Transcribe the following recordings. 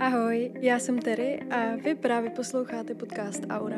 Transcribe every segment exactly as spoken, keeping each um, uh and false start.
Ahoj, já jsem Terry a vy právě posloucháte podcast Aura.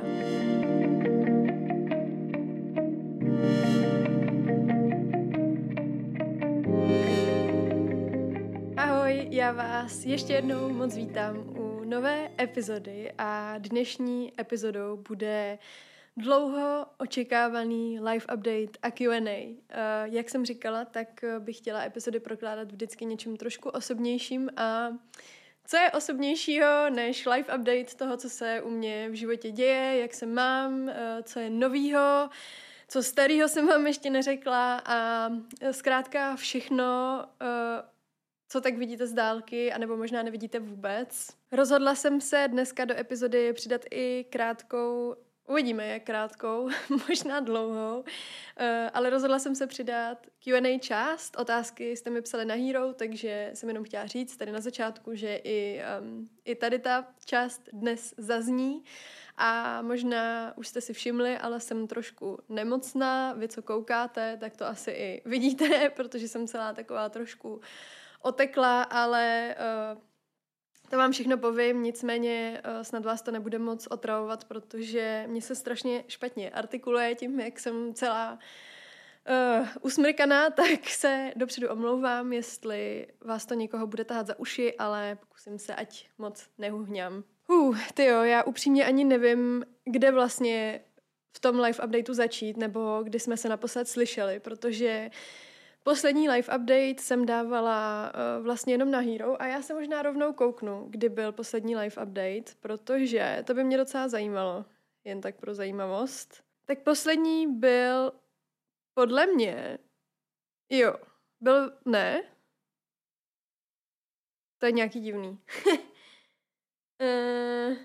Ahoj, já vás ještě jednou moc vítám u nové epizody a dnešní epizodou bude dlouho očekávaný live update a Q and A. Uh, jak jsem říkala, tak bych chtěla epizody prokládat vždycky něčím trošku osobnějším a co je osobnějšího než live update toho, co se u mě v životě děje, jak se mám, co je novýho, co starýho jsem vám ještě neřekla a zkrátka všechno, co tak vidíte z dálky, anebo možná nevidíte vůbec. Rozhodla jsem se dneska do epizody přidat i krátkou, uvidíme jak krátkou, možná dlouhou, ale rozhodla jsem se přidat Q and A část. Otázky jste mi psali na Hero, takže jsem jenom chtěla říct tady na začátku, že i, um, i tady ta část dnes zazní a možná už jste si všimli, ale jsem trošku nemocná. Vy, co koukáte, tak to asi i vidíte, protože jsem celá taková trošku otekla, ale uh, to vám všechno povím, nicméně uh, snad vás to nebude moc otravovat, protože mě se strašně špatně artikuluje tím, jak jsem celá uh, usmrkaná, tak se dopředu omlouvám, jestli vás to někoho bude tahat za uši, ale pokusím se, ať moc nehuhňám. Uh, tyjo, já upřímně ani nevím, kde vlastně v tom live updateu začít, nebo kdy jsme se naposled slyšeli, protože poslední live update jsem dávala uh, vlastně jenom na Hero a já se možná rovnou kouknu, kdy byl poslední live update, protože to by mě docela zajímalo, jen tak pro zajímavost. Tak poslední byl podle mě, jo, byl, ne, to je nějaký divný. uh,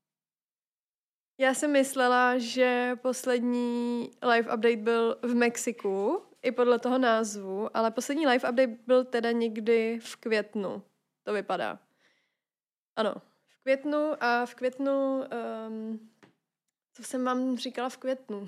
já jsem myslela, že poslední live update byl v Mexiku, i podle toho názvu, ale poslední live update byl teda někdy v květnu. To vypadá. Ano, v květnu a v květnu, um, co jsem vám říkala v květnu?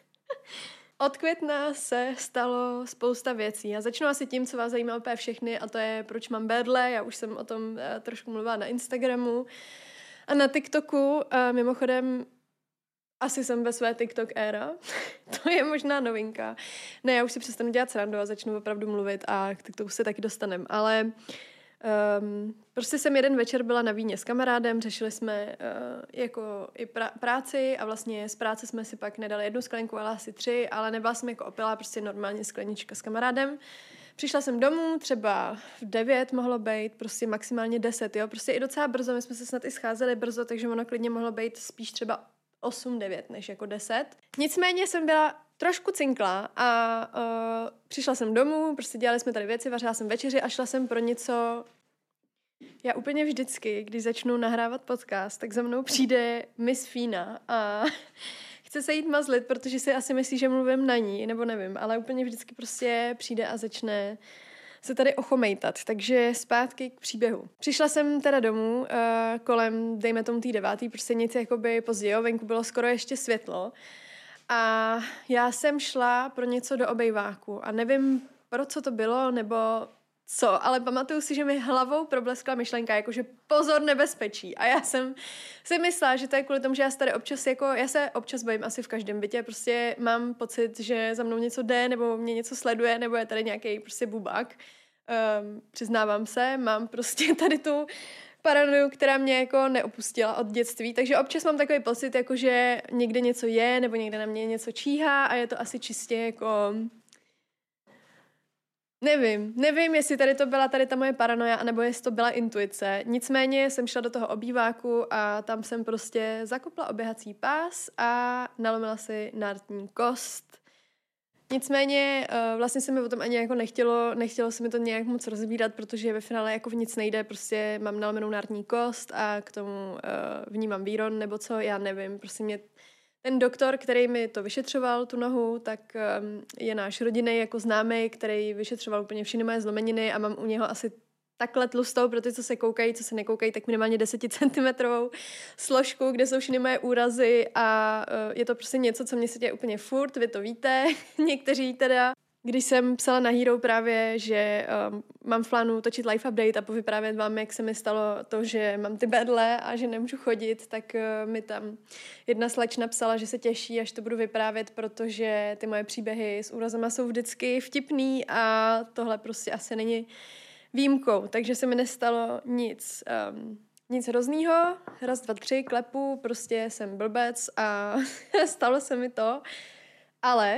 Od května se stalo spousta věcí. Já začnu asi tím, co vás zajímá úplně všechny, a to je, proč mám bedle. Já už jsem o tom uh, trošku mluvila na Instagramu a na TikToku. Uh, mimochodem, asi jsem ve své TikTok éra. To je možná novinka. Ne, já už si přestanu dělat srandu a začnu opravdu mluvit a k TikToku se taky dostanem. Ale um, prostě jsem jeden večer byla na víně s kamarádem, řešili jsme uh, jako i pra- práci a vlastně z práce jsme si pak nedali jednu sklenku, ale asi tři, ale nebyla jsem jako opilá, prostě normálně sklenička s kamarádem. Přišla jsem domů, třeba v devět mohlo být, prostě maximálně deset, jo, prostě i docela brzo, my jsme se snad i scházeli brzo, takže ono klidně mohlo být spíš třeba osm devět než jako deset. Nicméně jsem byla trošku cinklá a uh, přišla jsem domů, prostě dělali jsme tady věci, vařila jsem večeři a šla jsem pro něco. Já úplně vždycky, když začnu nahrávat podcast, tak za mnou přijde Miss Fína a chce se jít mazlit, protože si asi myslí, že mluvím na ní, nebo nevím, ale úplně vždycky prostě přijde a začne se tady ochomejtat, takže zpátky k příběhu. Přišla jsem teda domů uh, kolem, dejme tomu tý devátý, prostě nic jakoby pozdě, venku bylo skoro ještě světlo a já jsem šla pro něco do obejváku a nevím, pro co to bylo, nebo co, ale pamatuju si, že mi hlavou probleskla myšlenka, jakože pozor nebezpečí a já jsem si myslela, že to je kvůli tomu, že já se tady občas jako, já se občas bojím asi v každém bytě, prostě mám pocit, že za mnou něco jde, nebo mě něco sleduje, nebo je tady nějaký prostě bubák. Um, přiznávám se, mám prostě tady tu paranoju, která mě jako neopustila od dětství, takže občas mám takový pocit, jako že někde něco je, nebo někde na mě něco číhá a je to asi čistě jako nevím, nevím, jestli tady to byla tady ta moje paranoja, anebo jestli to byla intuice. Nicméně jsem šla do toho obýváku a tam jsem prostě zakopla oběhací pás a nalomila si nártní kost. Nicméně vlastně se mi o tom ani jako nechtělo, nechtělo se mi to nějak moc rozbírat, protože ve finále jako v nic nejde, prostě mám nalomenou nártní kost a k tomu vnímám víron nebo co, já nevím, prostě mě ten doktor, který mi to vyšetřoval, tu nohu, tak je náš rodinný jako známý, který vyšetřoval úplně všechny moje zlomeniny a mám u něho asi takhle tlustou, pro ty, co se koukají, co se nekoukají, tak minimálně deseticentimetrovou složku, kde jsou všechny moje úrazy a je to prostě něco, co mě se děje úplně furt, vy to víte, někteří teda když jsem psala na Hero právě, že um, mám v plánu točit live update a povyprávět vám, jak se mi stalo to, že mám ty bedle a že nemůžu chodit, tak uh, mi tam jedna slečna psala, že se těší, až to budu vyprávět, protože ty moje příběhy s úrazama jsou vždycky vtipný a tohle prostě asi není výjimkou, takže se mi nestalo nic, um, nic hroznýho. Raz, dva, tři, klepu, prostě jsem blbec a stalo se mi to, ale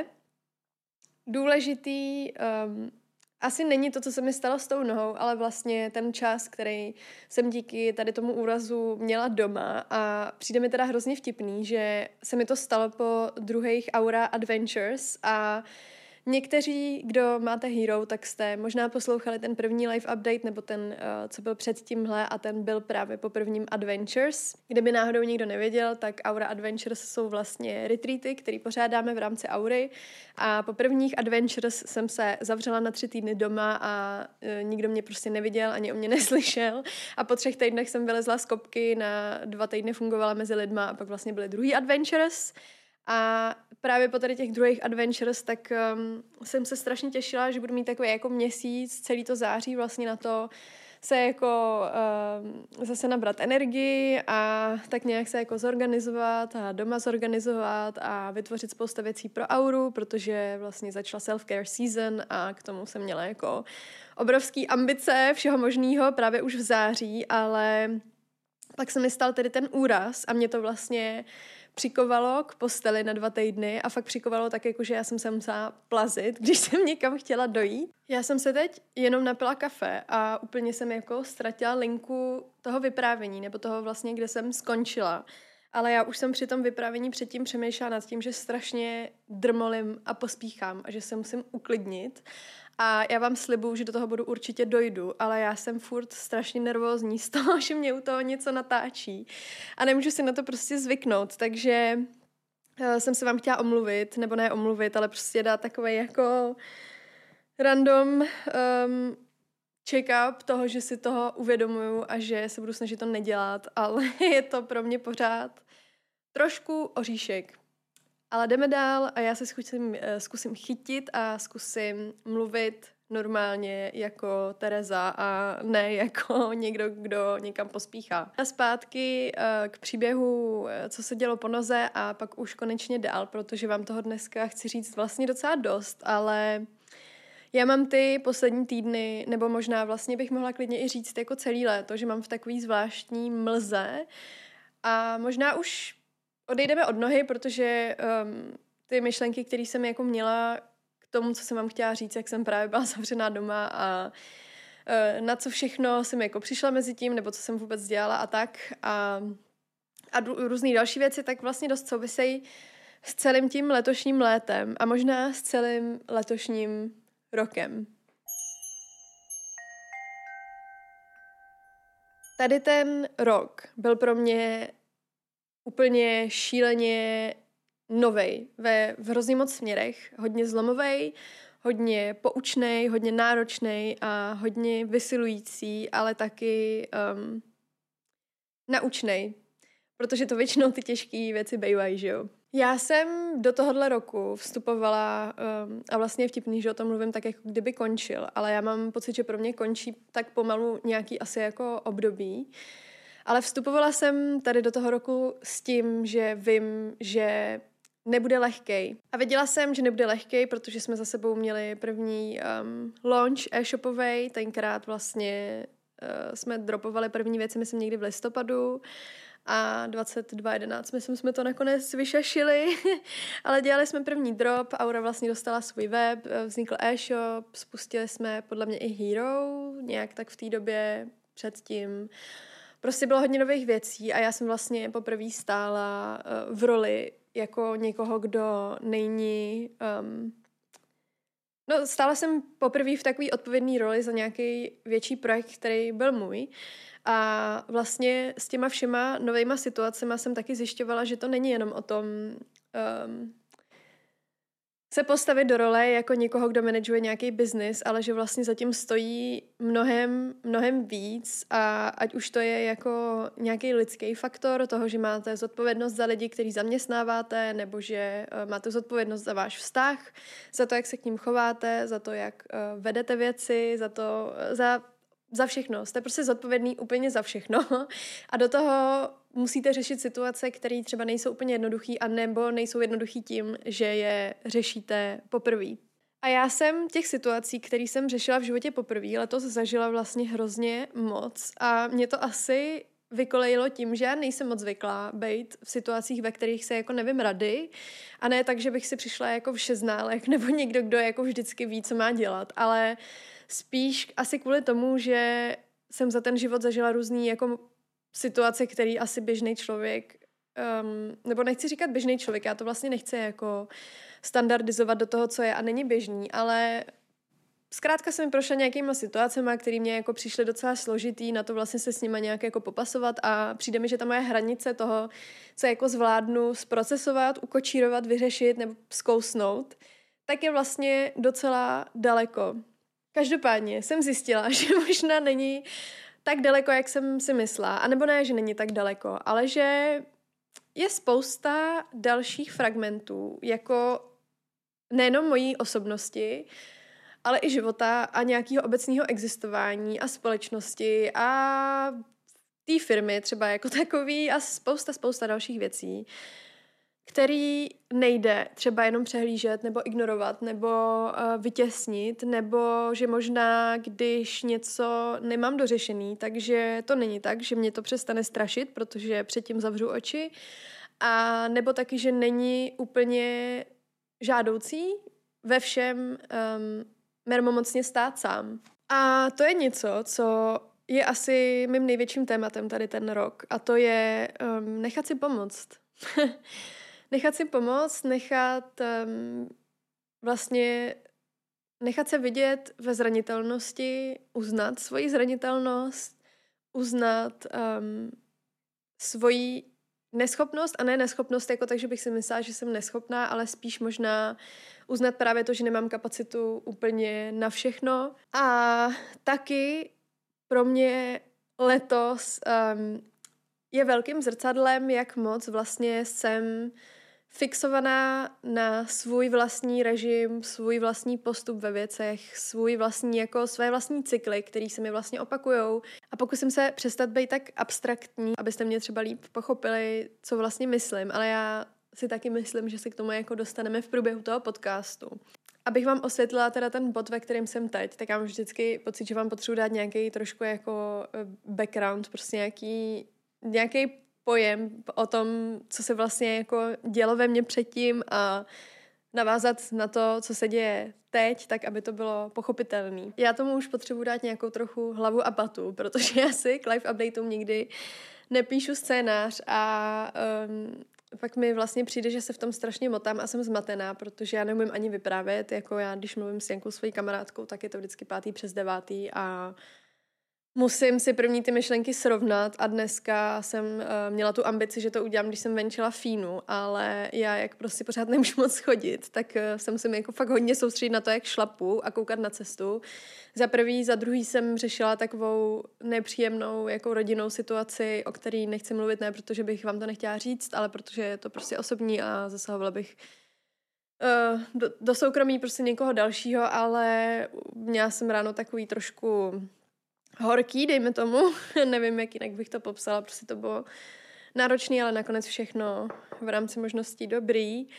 důležitý um, asi není to, co se mi stalo s tou nohou, ale vlastně ten čas, který jsem díky tady tomu úrazu měla doma a přijde mi teda hrozně vtipný, že se mi to stalo po druhých Aura Adventures a někteří, kdo máte Hero, tak jste možná poslouchali ten první live update nebo ten, uh, co byl před tímhle a ten byl právě po prvním Adventures. Kdyby náhodou někdo nevěděl, tak Aura Adventures jsou vlastně retreaty, které pořádáme v rámci Aury a po prvních Adventures jsem se zavřela na tři týdny doma a uh, nikdo mě prostě neviděl, ani o mě neslyšel a po třech týdnech jsem vylezla z kopky, na dva týdny fungovala mezi lidma a pak vlastně byly druhý Adventures. A právě po tady těch druhých Adventures, tak um, jsem se strašně těšila, že budu mít takový jako měsíc, celý to září vlastně na to se jako um, zase nabrat energii a tak nějak se jako zorganizovat a doma zorganizovat a vytvořit spousta věcí pro Auru, protože vlastně začala self-care season a k tomu jsem měla jako obrovský ambice všeho možného právě už v září, ale pak se mi stal tedy ten úraz a mě to vlastně přikovalo k posteli na dva týdny a fakt přikovalo tak, jako že já jsem se musela plazit, když jsem někam chtěla dojít. Já jsem se teď jenom napila kafe a úplně jsem jako ztratila linku toho vyprávění, nebo toho vlastně, kde jsem skončila. Ale já už jsem při tom vyprávění předtím přemýšlela nad tím, že strašně drmolím a pospíchám a že se musím uklidnit. A já vám slibuju, že do toho budu určitě dojdu, ale já jsem furt strašně nervózní z toho, že mě u toho něco natáčí. A nemůžu si na to prostě zvyknout, takže uh, jsem se vám chtěla omluvit, nebo ne omluvit, ale prostě dát takovej jako random um, check-up toho, že si toho uvědomuju a že se budu snažit to nedělat, ale je to pro mě pořád trošku oříšek. Ale jdeme dál a já se zkusím, zkusím chytit a zkusím mluvit normálně jako Tereza a ne jako někdo, kdo někam pospíchá. A zpátky k příběhu, co se dělo po noze a pak už konečně dál, protože vám toho dneska chci říct vlastně docela dost, ale já mám ty poslední týdny, nebo možná vlastně bych mohla klidně i říct jako celý léto, že mám v takový zvláštní mlze a možná už odejdeme od nohy, protože um, ty myšlenky, které jsem jako měla k tomu, co jsem vám chtěla říct, jak jsem právě byla zavřená doma a uh, na co všechno jsem jako přišla mezi tím, nebo co jsem vůbec dělala a tak a, a různý další věci, tak vlastně dost souvisejí s celým tím letošním létem a možná s celým letošním rokem. Tady ten rok byl pro mě úplně šíleně novej ve v hrozně moc směrech. Hodně zlomovej, hodně poučnej, hodně náročnej a hodně vysilující, ale taky um, naučnej. Protože to většinou ty těžké věci bývají, že jo. Já jsem do tohohle roku vstupovala, um, a vlastně je vtipný, že o tom mluvím tak, jako kdyby končil, ale já mám pocit, že pro mě končí tak pomalu nějaký asi jako období. Ale vstupovala jsem tady do toho roku s tím, že vím, že nebude lehkej. A věděla jsem, že nebude lehkej, protože jsme za sebou měli první um, launch e-shopovej, tenkrát vlastně uh, jsme dropovali první věci, myslím někdy v listopadu a dvacet dva jedenáct, myslím, jsme to nakonec vyšašili, ale dělali jsme první drop, Aura vlastně dostala svůj web, vznikl e-shop, spustili jsme podle mě i Hero, nějak tak v té době předtím. Prostě bylo hodně nových věcí a já jsem vlastně poprvé stála v roli jako někoho, kdo není... Um, no, stála jsem poprvé v takové odpovědné roli za nějaký větší projekt, který byl můj. A vlastně s těma všema novejma situacemi jsem taky zjišťovala, že to není jenom o tom... Um, se postavit do role jako někoho, kdo manažuje nějaký biznis, ale že vlastně zatím stojí mnohem, mnohem víc a ať už to je jako nějaký lidský faktor toho, že máte zodpovědnost za lidi, který zaměstnáváte, nebo že uh, máte zodpovědnost za váš vztah, za to, jak se k ním chováte, za to, jak uh, vedete věci, za to, uh, za Za všechno. Jste prostě zodpovědný úplně za všechno a do toho musíte řešit situace, které třeba nejsou úplně jednoduchý a nebo nejsou jednoduchý tím, že je řešíte poprvé. A já jsem těch situací, které jsem řešila v životě poprvé, letos zažila vlastně hrozně moc a mě to asi vykolejilo tím, že já nejsem moc zvyklá být v situacích, ve kterých se jako nevím rady a ne tak, že bych si přišla jako v šestnálech nebo někdo, kdo jako vždycky ví, co má dělat, ale spíš asi kvůli tomu, že jsem za ten život zažila různý jako situace, který asi běžný člověk, um, nebo nechci říkat běžný člověk, já to vlastně nechci jako standardizovat do toho, co je a není běžný, ale zkrátka jsem prošla nějakýma situacemi, které mě jako přišly docela složitý, na to vlastně se s nima nějak jako popasovat a přijde mi, že ta moje hranice toho, co jako zvládnu zprocesovat, ukočírovat, vyřešit nebo zkousnout, tak je vlastně docela daleko. Každopádně jsem zjistila, že možná není tak daleko, jak jsem si myslela. A nebo ne, že není tak daleko, ale že je spousta dalších fragmentů, jako nejenom mojí osobnosti, ale i života a nějakého obecného existování a společnosti a té firmy třeba jako takový a spousta, spousta dalších věcí, který nejde třeba jenom přehlížet nebo ignorovat nebo uh, vytěsnit, nebo že možná, když něco nemám dořešený, takže to není tak, že mě to přestane strašit, protože předtím zavřu oči, a nebo taky, že není úplně žádoucí ve všem um, mermomocně stát sám. A to je něco, co je asi mým největším tématem tady ten rok, a to je um, nechat si pomoct. Nechat si pomoct, nechat um, vlastně nechat se vidět ve zranitelnosti, uznat svoji zranitelnost, uznat um, svoji neschopnost, a ne neschopnost jako tak, že bych si myslela, že jsem neschopná, ale spíš možná uznat právě to, že nemám kapacitu úplně na všechno. A taky pro mě letos um, je velkým zrcadlem, jak moc vlastně jsem fixovaná na svůj vlastní režim, svůj vlastní postup ve věcech, svůj vlastní, jako své vlastní cykly, který se mi vlastně opakujou. A pokusím se přestat být tak abstraktní, abyste mě třeba líp pochopili, co vlastně myslím, ale já si taky myslím, že se k tomu jako dostaneme v průběhu toho podcastu. Abych vám osvětlila teda ten bod, ve kterém jsem teď, tak já mám vždycky pocit, že vám potřebuji dát nějaký trošku jako background, prostě nějaký, nějaký pojem o tom, co se vlastně jako dělo ve mně předtím a navázat na to, co se děje teď, tak aby to bylo pochopitelné. Já tomu už potřebuji dát nějakou trochu hlavu a patu, protože já si k live updateům nikdy nepíšu scénář a um, pak mi vlastně přijde, že se v tom strašně motám a jsem zmatená, protože já neumím ani vyprávět, jako já, když mluvím s nějakou svojí kamarádkou, tak je to vždycky pátý přes devátý a musím si první ty myšlenky srovnat a dneska jsem uh, měla tu ambici, že to udělám, když jsem venčila Fínu, ale já, jak prostě pořád nemůžu moc chodit, tak uh, se musím jako fakt hodně soustředit na to, jak šlapu a koukat na cestu. Za prvý, za druhý jsem řešila takovou nepříjemnou jako rodinnou situaci, o které nechci mluvit, ne protože bych vám to nechtěla říct, ale protože je to prostě osobní a zasahovala bych uh, do, do soukromí prostě někoho dalšího, ale měla jsem ráno takový trošku horký, dejme tomu. Nevím, jak jinak bych to popsala, prostě to bylo náročný, ale nakonec všechno v rámci možností dobrý.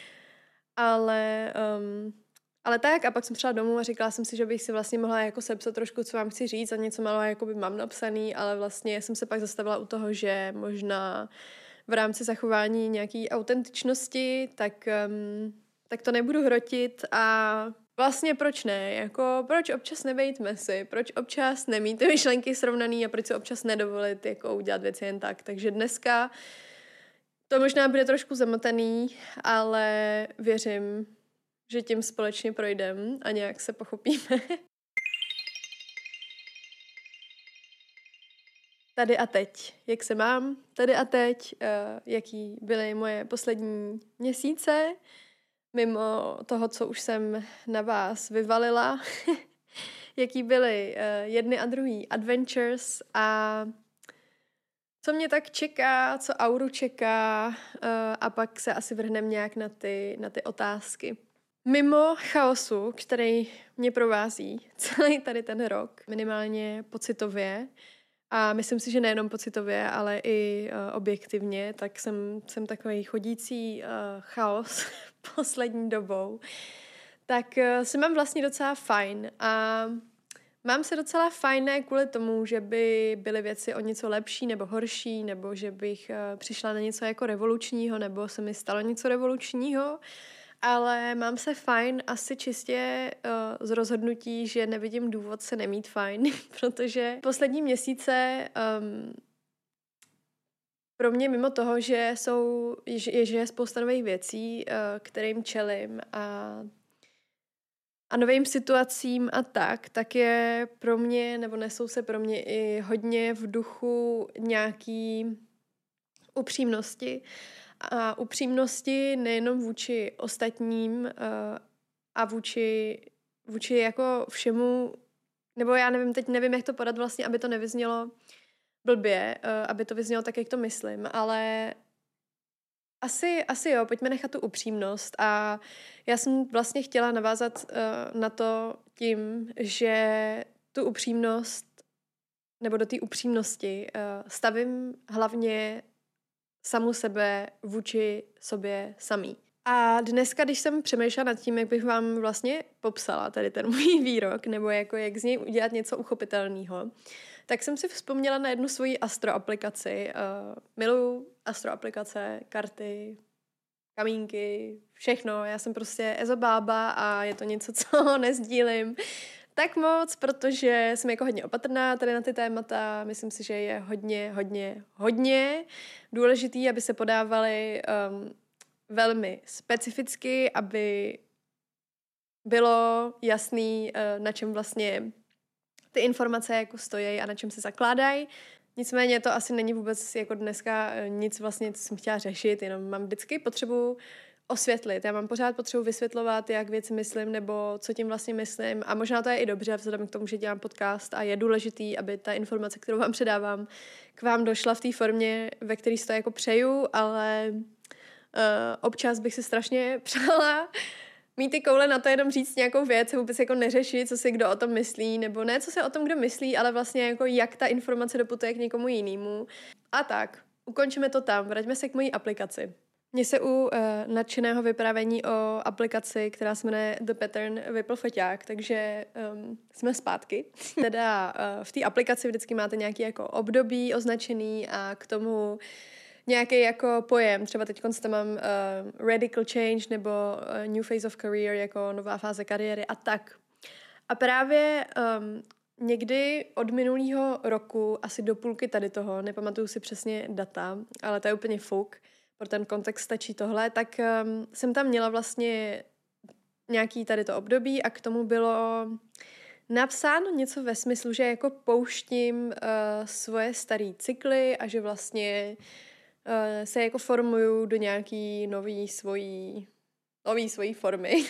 Ale, um, ale tak, a pak jsem přišla domů a říkala jsem si, že bych si vlastně mohla jako sepsat trošku, co vám chci říct, a něco malo jakoby mám napsaný, ale vlastně jsem se pak zastavila u toho, že možná v rámci zachování nějaký autentičnosti, tak, um, tak to nebudu hrotit a vlastně proč ne, jako proč občas nebejt messy, proč občas nemít ty myšlenky srovnaný a proč si občas nedovolit jako udělat věci jen tak. Takže dneska to možná bude trošku zamotaný, ale věřím, že tím společně projdem a nějak se pochopíme. Tady a teď, jak se mám, tady a teď, uh, jaký byly moje poslední měsíce. mimo toho, co už jsem na vás vyvalila, jaký byly uh, jedny a druhý adventures a co mě tak čeká, co Auru čeká uh, a pak se asi vrhneme nějak na ty, na ty otázky. Mimo chaosu, který mě provází celý tady ten rok, minimálně pocitově, a myslím si, že nejenom pocitově, ale i uh, objektivně, tak jsem, jsem takový chodící uh, chaos poslední dobou, tak uh, se mám vlastně docela fajn a mám se docela fajn ne kvůli tomu, že by byly věci o něco lepší nebo horší, nebo že bych uh, přišla na něco jako revolučního, nebo se mi stalo něco revolučního, ale mám se fajn asi čistě uh, z rozhodnutí, že nevidím důvod se nemít fajn, protože poslední měsíce um, pro mě mimo toho, že jsou, je, že je spousta nových věcí, uh, kterým čelím a, a novým situacím a tak, tak je pro mě, nebo nesou se pro mě i hodně v duchu nějaký upřímnosti. A upřímnosti nejenom vůči ostatním uh, a vůči, vůči jako všemu, nebo já nevím, teď nevím, jak to podat vlastně, aby to nevyznělo blbě, uh, aby to vyznělo tak, jak to myslím, ale asi, asi jo, pojďme nechat tu upřímnost a já jsem vlastně chtěla navázat uh, na to tím, že tu upřímnost, nebo do té upřímnosti uh, stavím hlavně samu sebe vůči sobě samý. A dneska, když jsem přemýšlela nad tím, jak bych vám vlastně popsala tady ten můj výrok, nebo jako jak z něj udělat něco uchopitelného, tak jsem si vzpomněla na jednu svoji astroaplikaci. Uh, miluju astroaplikace, karty, kamínky, všechno. Já jsem prostě ezobába a je to něco, co nezdílím tak moc, protože jsem jako hodně opatrná tady na ty témata. Myslím si, že je hodně, hodně, hodně důležitý, aby se podávaly um, velmi specificky, aby bylo jasný, uh, na čem vlastně ty informace jako stojí a na čem se zakládají. Nicméně to asi není vůbec jako dneska nic vlastně, co jsem chtěla řešit, jenom mám vždycky potřebu osvětlit. Já mám pořád potřebu vysvětlovat, jak věci myslím, nebo co tím vlastně myslím. A možná to je i dobře, vzhledem k tomu, že dělám podcast a je důležitý, aby ta informace, kterou vám předávám, k vám došla v té formě, ve které si to jako přeju, ale uh, občas bych si strašně přála mít ty koule na to jenom říct nějakou věc, vůbec jako neřešit, co si kdo o tom myslí, nebo ne, co si o tom kdo myslí, ale vlastně jako jak ta informace doputuje k někomu jinému. A tak, ukončíme to tam, vraťme se k mojí aplikaci. Mně se u uh, nadšeného vyprávění o aplikaci, která se jmenuje The Pattern, vypl foťák, takže um, jsme zpátky. Teda uh, v té aplikaci vždycky máte nějaký jako období označený a k tomu nějaký jako pojem, třeba teď tam mám uh, radical change nebo uh, new phase of career, jako nová fáze kariéry a tak. A právě um, někdy od minulého roku, asi do půlky tady toho, nepamatuju si přesně data, ale to je úplně fuk, pro ten kontext stačí tohle, tak um, jsem tam měla vlastně nějaký tady to období a k tomu bylo napsáno něco ve smyslu, že jako pouštím uh, svoje staré cykly a že vlastně uh, se jako formuju do nějaký nový svojí, nový svojí formy.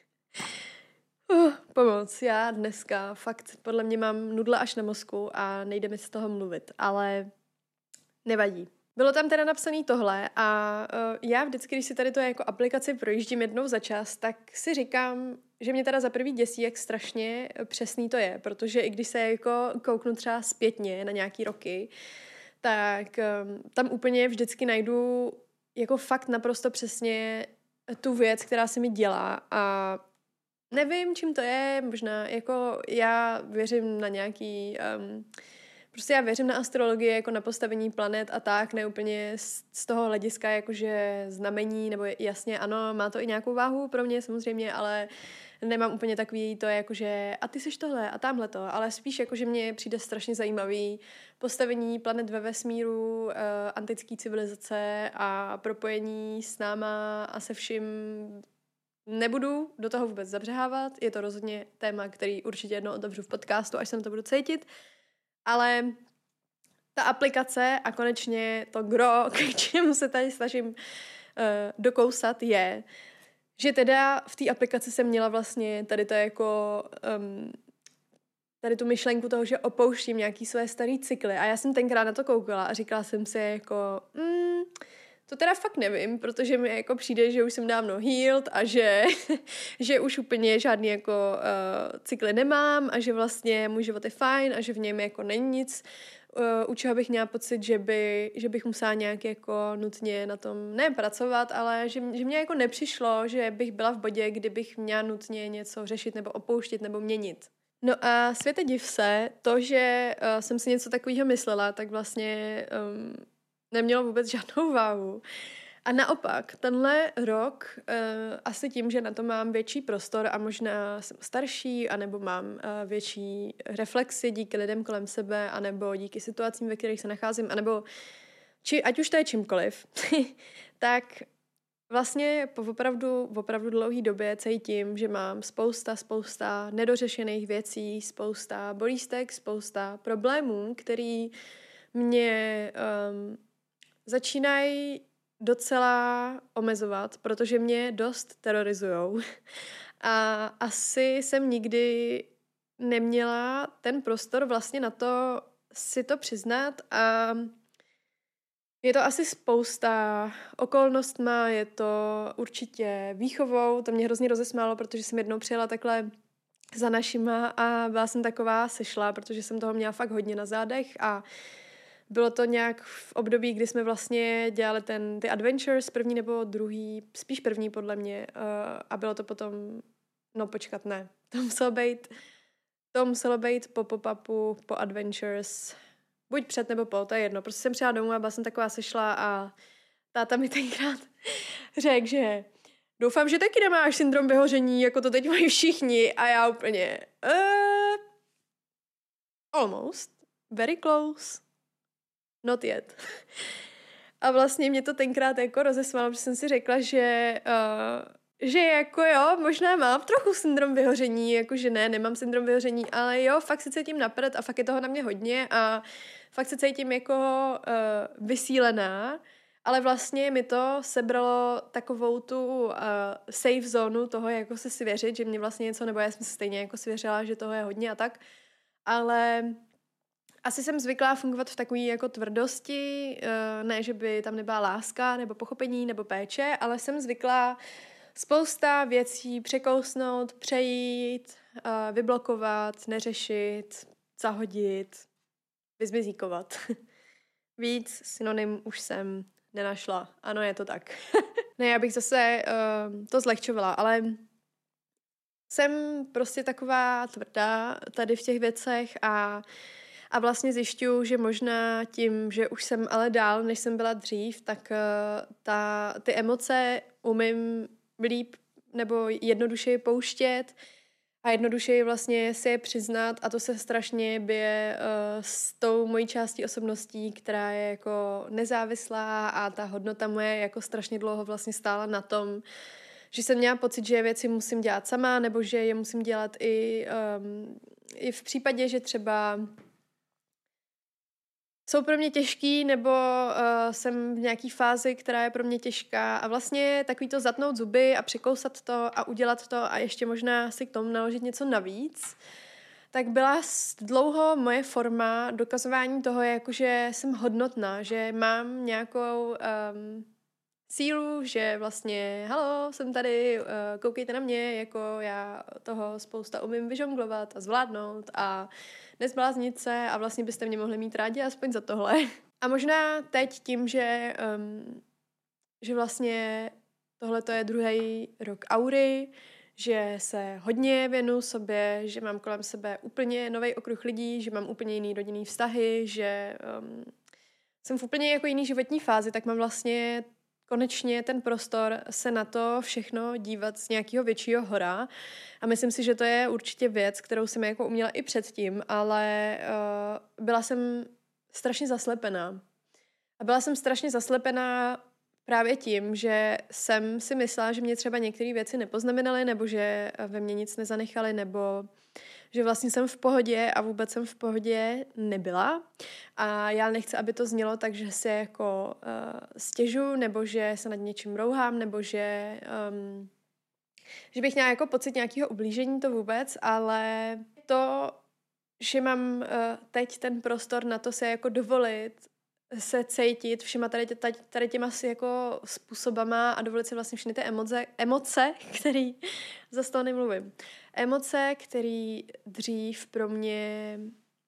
uh, pomoc, já dneska fakt podle mě mám nudle až na mozku a nejde mi z toho mluvit, ale nevadí. Bylo tam teda napsané tohle a uh, já vždycky, když si tady to jako aplikaci projíždím jednou za čas, tak si říkám, že mě teda za prvý děsí, jak strašně přesný to je, protože i když se jako kouknu třeba zpětně na nějaký roky, tak um, tam úplně vždycky najdu jako fakt naprosto přesně tu věc, která se mi dělá a nevím, čím to je, možná jako já věřím na nějaký... Um, Prostě já věřím na astrologii, jako na postavení planet a tak, ne úplně z toho hlediska jakože znamení, nebo jasně ano, má to i nějakou váhu pro mě samozřejmě, ale nemám úplně takový to jakože a ty seš tohle a tamhle to, ale spíš jakože mně přijde strašně zajímavý postavení planet ve vesmíru, uh, antický civilizace a propojení s náma a se vším. Nebudu do toho vůbec zabřehávat, je to rozhodně téma, který určitě jednou otevřu v podcastu, až se to budu cítit. Ale ta aplikace a konečně to gro, k čemu se tady snažím uh, dokousat, je, že teda v té aplikaci jsem měla vlastně tady to jako um, tady tu myšlenku toho, že opouštím nějaký své starý cykly a já jsem tenkrát na to koukala a říkala jsem si jako mm, to teda fakt nevím, protože mi jako přijde, že už jsem dávno healed a že, že už úplně žádný jako uh, cykly nemám a že vlastně můj život je fajn a že v něm jako není nic, uh, u čeho bych měla pocit, že, by, že bych musela nějak jako nutně na tom ne pracovat, ale že, že mě jako nepřišlo, že bych byla v bodě, kdy bych měla nutně něco řešit nebo opouštět nebo měnit. No a světe div se, to, že uh, jsem si něco takového myslela, tak vlastně um, nemělo vůbec žádnou váhu. A naopak, tenhle rok, uh, asi tím, že na to mám větší prostor a možná jsem starší, anebo mám uh, větší reflexy díky lidem kolem sebe, anebo díky situacím, ve kterých se nacházím, anebo či, ať už to je čímkoliv, tak vlastně po opravdu, opravdu dlouhé době cítím, že mám spousta, spousta nedořešených věcí, spousta bolístek, spousta problémů, který mě um, začínají docela omezovat, protože mě dost terorizujou. A asi jsem nikdy neměla ten prostor vlastně na to si to přiznat a je to asi spousta okolnostma, je to určitě výchovou, to mě hrozně rozesmálo, protože jsem jednou přijela takhle za našima a byla jsem taková sešla, protože jsem toho měla fakt hodně na zádech a bylo to nějak v období, kdy jsme vlastně dělali ten, ty adventures, první nebo druhý, spíš první podle mě uh, a bylo to potom, no počkat, ne, to muselo být, to muselo být po pop-upu, po adventures, buď před nebo po, to je jedno. Prostě jsem přijela domů a byla jsem taková sešla a táta mi tenkrát řekl, že doufám, že taky nemáš syndrom vyhoření, jako to teď mají všichni a já úplně uh, almost, very close, not yet. A vlastně mě to tenkrát jako rozesmálo, protože jsem si řekla, že uh, že jako jo, možná mám trochu syndrom vyhoření, jakože ne, nemám syndrom vyhoření, ale jo, fakt se cítím napřed a fakt je toho na mě hodně a fakt se cítím jako uh, vysílená, ale vlastně mi to sebralo takovou tu uh, safe zónu toho, jako se svěřit, že mě vlastně něco, nebo já jsem se stejně jako svěřila, že toho je hodně a tak, ale asi jsem zvyklá fungovat v takové jako tvrdosti, uh, ne, že by tam nebyla láska, nebo pochopení, nebo péče, ale jsem zvyklá spousta věcí překousnout, přejít, uh, vyblokovat, neřešit, zahodit, vyzmizíkovat. Víc synonym už jsem nenašla. Ano, je to tak. Ne, já bych zase uh, to zlehčovala, ale jsem prostě taková tvrdá tady v těch věcech a, a vlastně zjišťuju, že možná tím, že už jsem ale dál, než jsem byla dřív, tak uh, ta, ty emoce umím líp nebo jednodušeji pouštět a jednodušeji vlastně si je přiznat a to se strašně bije uh, s tou mojí částí osobností, která je jako nezávislá a ta hodnota moje jako strašně dlouho vlastně stála na tom, že jsem měla pocit, že věci musím dělat sama nebo že je musím dělat i, um, i v případě, že třeba jsou pro mě těžký, nebo uh, jsem v nějaký fázi, která je pro mě těžká a vlastně takový to zatnout zuby a překousat to a udělat to a ještě možná si k tomu naložit něco navíc, tak byla dlouho moje forma dokazování toho, jakože jsem hodnotná, že mám nějakou um, sílu, že vlastně halo, jsem tady, uh, koukejte na mě, jako já toho spousta umím vyžonglovat a zvládnout a nezbláznit se a vlastně byste mě mohli mít rádi aspoň za tohle. A možná teď tím, že, um, že vlastně tohle to je druhý rok aury, že se hodně věnuju sobě, že mám kolem sebe úplně nový okruh lidí, že mám úplně jiný rodinný vztahy, že um, jsem v úplně jako jiný životní fázi, tak mám vlastně konečně ten prostor se na to všechno dívat z nějakého většího hora a myslím si, že to je určitě věc, kterou jsem jako uměla i předtím, ale uh, byla jsem strašně zaslepená. A byla jsem strašně zaslepená právě tím, že jsem si myslela, že mě třeba některé věci nepoznamenaly, nebo že ve mně nic nezanechaly, nebo že vlastně jsem v pohodě a vůbec jsem v pohodě nebyla. A já nechci, aby to znělo tak, že se jako uh, stěžu, nebo že se nad něčím rouhám, nebo že um, že bych měla jako pocit nějakého ublížení, to vůbec, ale to, že mám uh, teď ten prostor na to se jako dovolit se cítit všema tady, tě, tady těma asi jako způsobama a dovolit si vlastně všechny ty emoce, emoce, který, za toho nemluvím, emoce, které dřív pro mě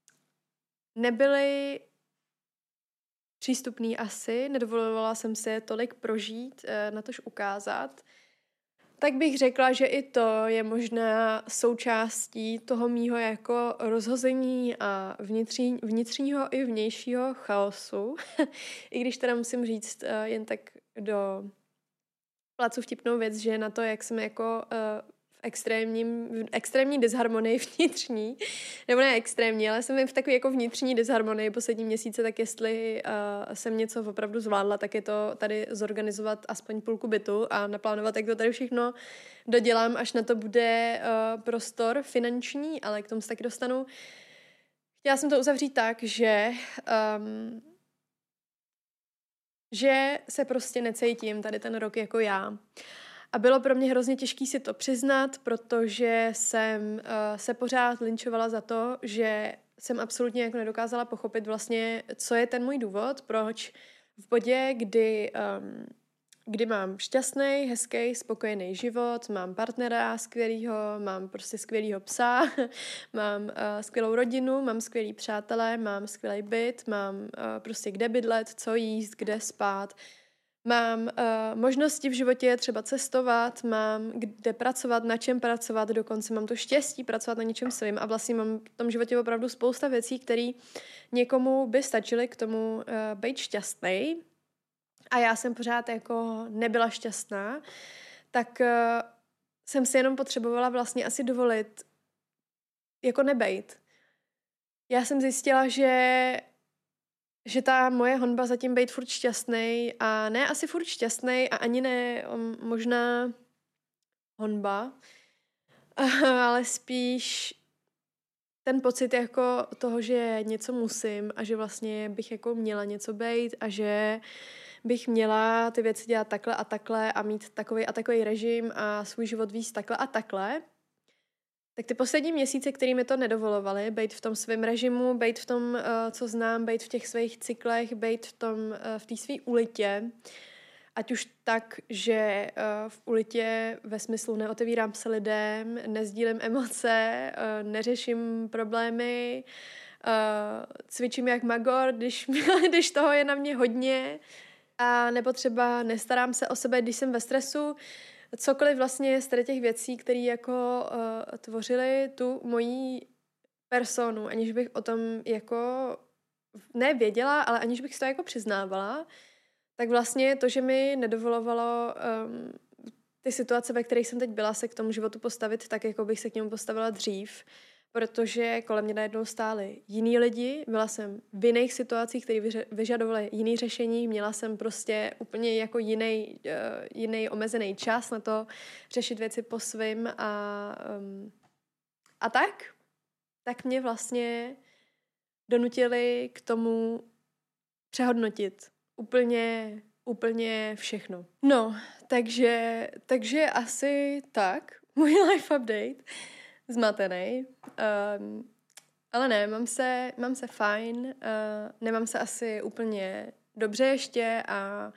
nebyly přístupný asi, nedovolovala jsem si je tolik prožít, na tož ukázat, tak bych řekla, že i to je možná součástí toho mýho jako rozhození a vnitřní, vnitřního i vnějšího chaosu. I když teda musím říct jen tak do placu vtipnou věc, že na to, jak jsem jako v extrémním, v extrémní disharmonii vnitřní, nebo ne extrémní, ale jsem v takové jako vnitřní disharmonii poslední měsíce, tak jestli uh, jsem něco opravdu zvládla, tak je to tady zorganizovat aspoň půlku bytu a naplánovat, jak to tady všechno dodělám, až na to bude uh, prostor finanční, ale k tomu se taky dostanu. Chtěla jsem to uzavřít tak, že um, že se prostě necítím tady ten rok jako já. A bylo pro mě hrozně těžké si to přiznat, protože jsem uh, se pořád linčovala za to, že jsem absolutně jako nedokázala pochopit vlastně, co je ten můj důvod, proč v bodě, kdy, um, kdy mám šťastný, hezký, spokojený život, mám partnera skvělýho, mám prostě skvělýho psa, mám uh, skvělou rodinu, mám skvělý přátelé, mám skvělý byt, mám uh, prostě kde bydlet, co jíst, kde spát, mám uh, možnosti v životě třeba cestovat, mám kde pracovat, na čem pracovat, dokonce mám to štěstí pracovat na něčem svým a vlastně mám v tom životě opravdu spousta věcí, které někomu by stačily k tomu uh, být šťastný. A já jsem pořád jako nebyla šťastná, tak uh, jsem si jenom potřebovala vlastně asi dovolit jako nebejt. Já jsem zjistila, že že ta moje honba zatím být furt šťastnej a ne asi furt šťastnej a ani ne um, možná honba, ale spíš ten pocit jako toho, že něco musím a že vlastně bych jako měla něco bejt a že bych měla ty věci dělat takhle a takhle a mít takový a takový režim a svůj život víc takhle a takhle. Tak ty poslední měsíce, které mi to nedovolovaly, být v tom svém režimu, být v tom, co znám, být v těch svých cyklech, být v tom, v té své ulitě, ať už tak, že v ulitě ve smyslu neotevírám se lidem, nezdílím emoce, neřeším problémy, cvičím jak magor, když, když toho je na mě hodně, a nebo třeba nestarám se o sebe, když jsem ve stresu, cokoliv vlastně z těch věcí, které jako uh, tvořily tu moji personu, aniž bych o tom jako nevěděla, ale aniž bych si to jako přiznávala, tak vlastně to, že mi nedovolovalo um, ty situace, ve kterých jsem teď byla, se k tomu životu postavit tak, jako bych se k němu postavila dřív, protože kolem mě najednou stáli jiní lidi, byla jsem v jiných situacích, které vyžadovaly jiný řešení, měla jsem prostě úplně jako jiný, uh, jiný omezený čas na to řešit věci po svým a, um, a tak, tak mě vlastně donutili k tomu přehodnotit úplně, úplně všechno. No, takže, takže asi tak, můj life update. Zmatený. Um, ale ne, mám se, mám se fajn, uh, nemám se asi úplně dobře ještě a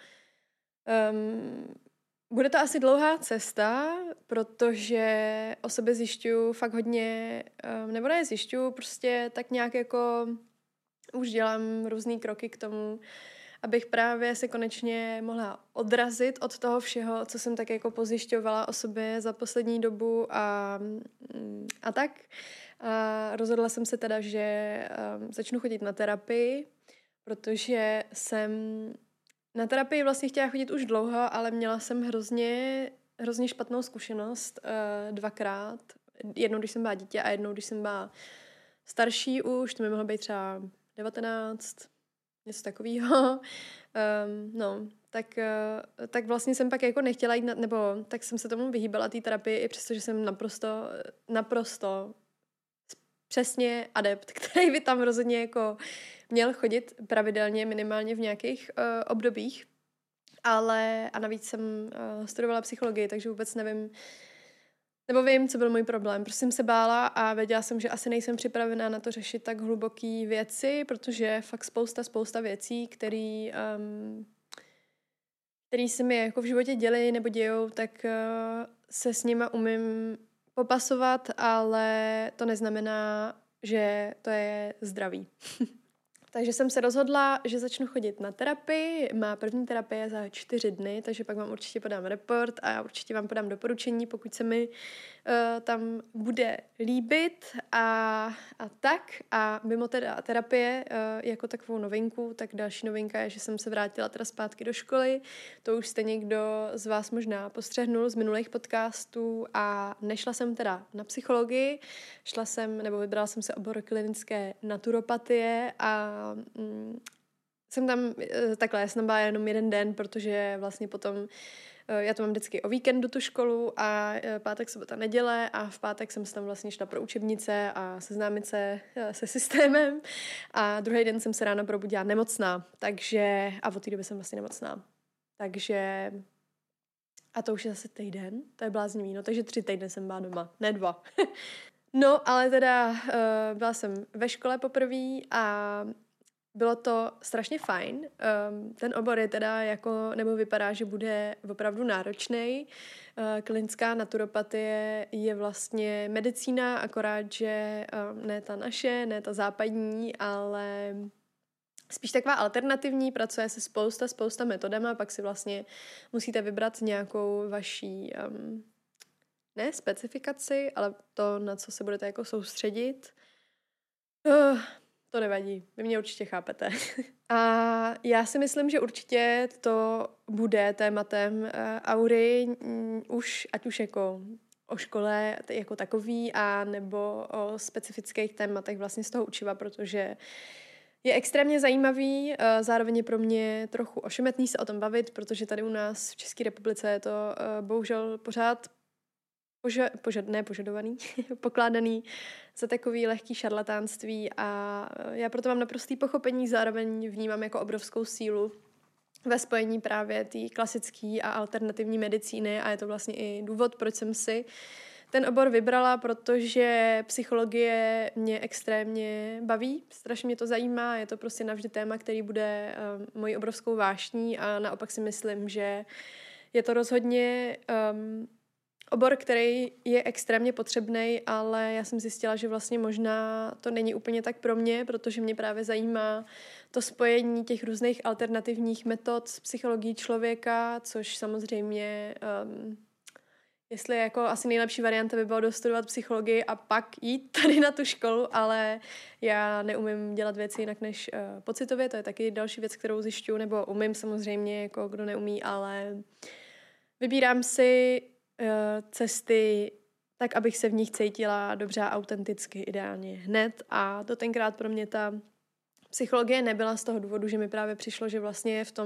um, bude to asi dlouhá cesta, protože o sobě zjišťuju fakt hodně, um, nebo ne zjišťuju, prostě tak nějak jako už dělám různý kroky k tomu, abych právě se konečně mohla odrazit od toho všeho, co jsem tak jako pozjišťovala o sobě za poslední dobu a, a tak. A rozhodla jsem se teda, že um, začnu chodit na terapii, protože jsem na terapii vlastně chtěla chodit už dlouho, ale měla jsem hrozně, hrozně špatnou zkušenost uh, dvakrát. Jednou, když jsem byla dítě a jednou, když jsem byla starší už, to mi mohlo být třeba devatenáct, něco takového. Um, no, tak, uh, tak vlastně jsem pak jako nechtěla jít, na, nebo tak jsem se tomu vyhýbala té terapii, i přestože jsem naprosto, naprosto přesně adept, který by tam rozhodně jako měl chodit pravidelně, minimálně v nějakých uh, obdobích. Ale a navíc jsem uh, studovala psychologii, takže vůbec nevím, nebo vím, co byl můj problém. Prostě jsem se bála a věděla jsem, že asi nejsem připravená na to řešit tak hluboký věci, protože fakt spousta, spousta věcí, který, um, který se mi jako v životě děli nebo dějou, tak uh, se s nima umím popasovat, ale to neznamená, že to je zdravý. Takže jsem se rozhodla, že začnu chodit na terapii. Má první terapie za čtyři dny, takže pak vám určitě podám report a já určitě vám podám doporučení, pokud se mi uh, tam bude líbit a, a tak. A mimo teda terapie uh, jako takovou novinku, tak další novinka je, že jsem se vrátila teda zpátky do školy. To už jste někdo z vás možná postřehnul z minulých podcastů a nešla jsem teda na psychologii, šla jsem, nebo vybrala jsem se obor klinické naturopatie a mm, jsem tam, takhle, já jsem tam byla jenom jeden den, protože vlastně potom já to mám vždycky o víkendu tu školu a pátek, sobota, neděle a v pátek jsem se tam vlastně šla pro učebnice a seznámit se se systémem a druhý den jsem se ráno probudila nemocná, takže a od té doby jsem vlastně nemocná. Takže a to už je zase týden, to je bláznivý, no takže tři týdny jsem byla doma, ne dva. No, ale teda uh, byla jsem ve škole poprvé a bylo to strašně fajn. Um, ten obor je teda jako, nebo vypadá, že bude opravdu náročnej. Uh, klinická naturopatie je vlastně medicína, akorát, že um, ne ta naše, ne ta západní, ale spíš taková alternativní, pracuje se spousta, spousta metodama, pak si vlastně musíte vybrat nějakou vaší um, ne specifikaci, ale to, na co se budete jako soustředit. Uh, to nevadí, vy mě určitě chápete. A já si myslím, že určitě to bude tématem uh, Aury um, už, ať už jako o škole jako takový a nebo o specifických tématech vlastně z toho učiva, protože je extrémně zajímavý, uh, zároveň je pro mě trochu ošemetný se o tom bavit, protože tady u nás v České republice je to uh, bohužel pořád Poža- požad- ne požadovaný, pokládaný za takový lehký šarlatánství a já proto mám naprostý pochopení, zároveň vnímám jako obrovskou sílu ve spojení právě té klasické a alternativní medicíny a je to vlastně i důvod, proč jsem si ten obor vybrala, protože psychologie mě extrémně baví, strašně mě to zajímá, je to prostě navždy téma, který bude um, mojí obrovskou vášní a naopak si myslím, že je to rozhodně um, obor, který je extrémně potřebný, ale já jsem zjistila, že vlastně možná to není úplně tak pro mě, protože mě právě zajímá to spojení těch různých alternativních metod s psychologií člověka, což samozřejmě, um, jestli jako asi nejlepší varianta by bylo dostudovat psychologii a pak jít tady na tu školu, ale já neumím dělat věci jinak než uh, pocitově, to je taky další věc, kterou zjišťuju, nebo umím samozřejmě, jako kdo neumí, ale vybírám si cesty tak, abych se v nich cítila dobře a autenticky, ideálně hned a to tenkrát pro mě ta psychologie nebyla z toho důvodu, že mi právě přišlo, že vlastně v tom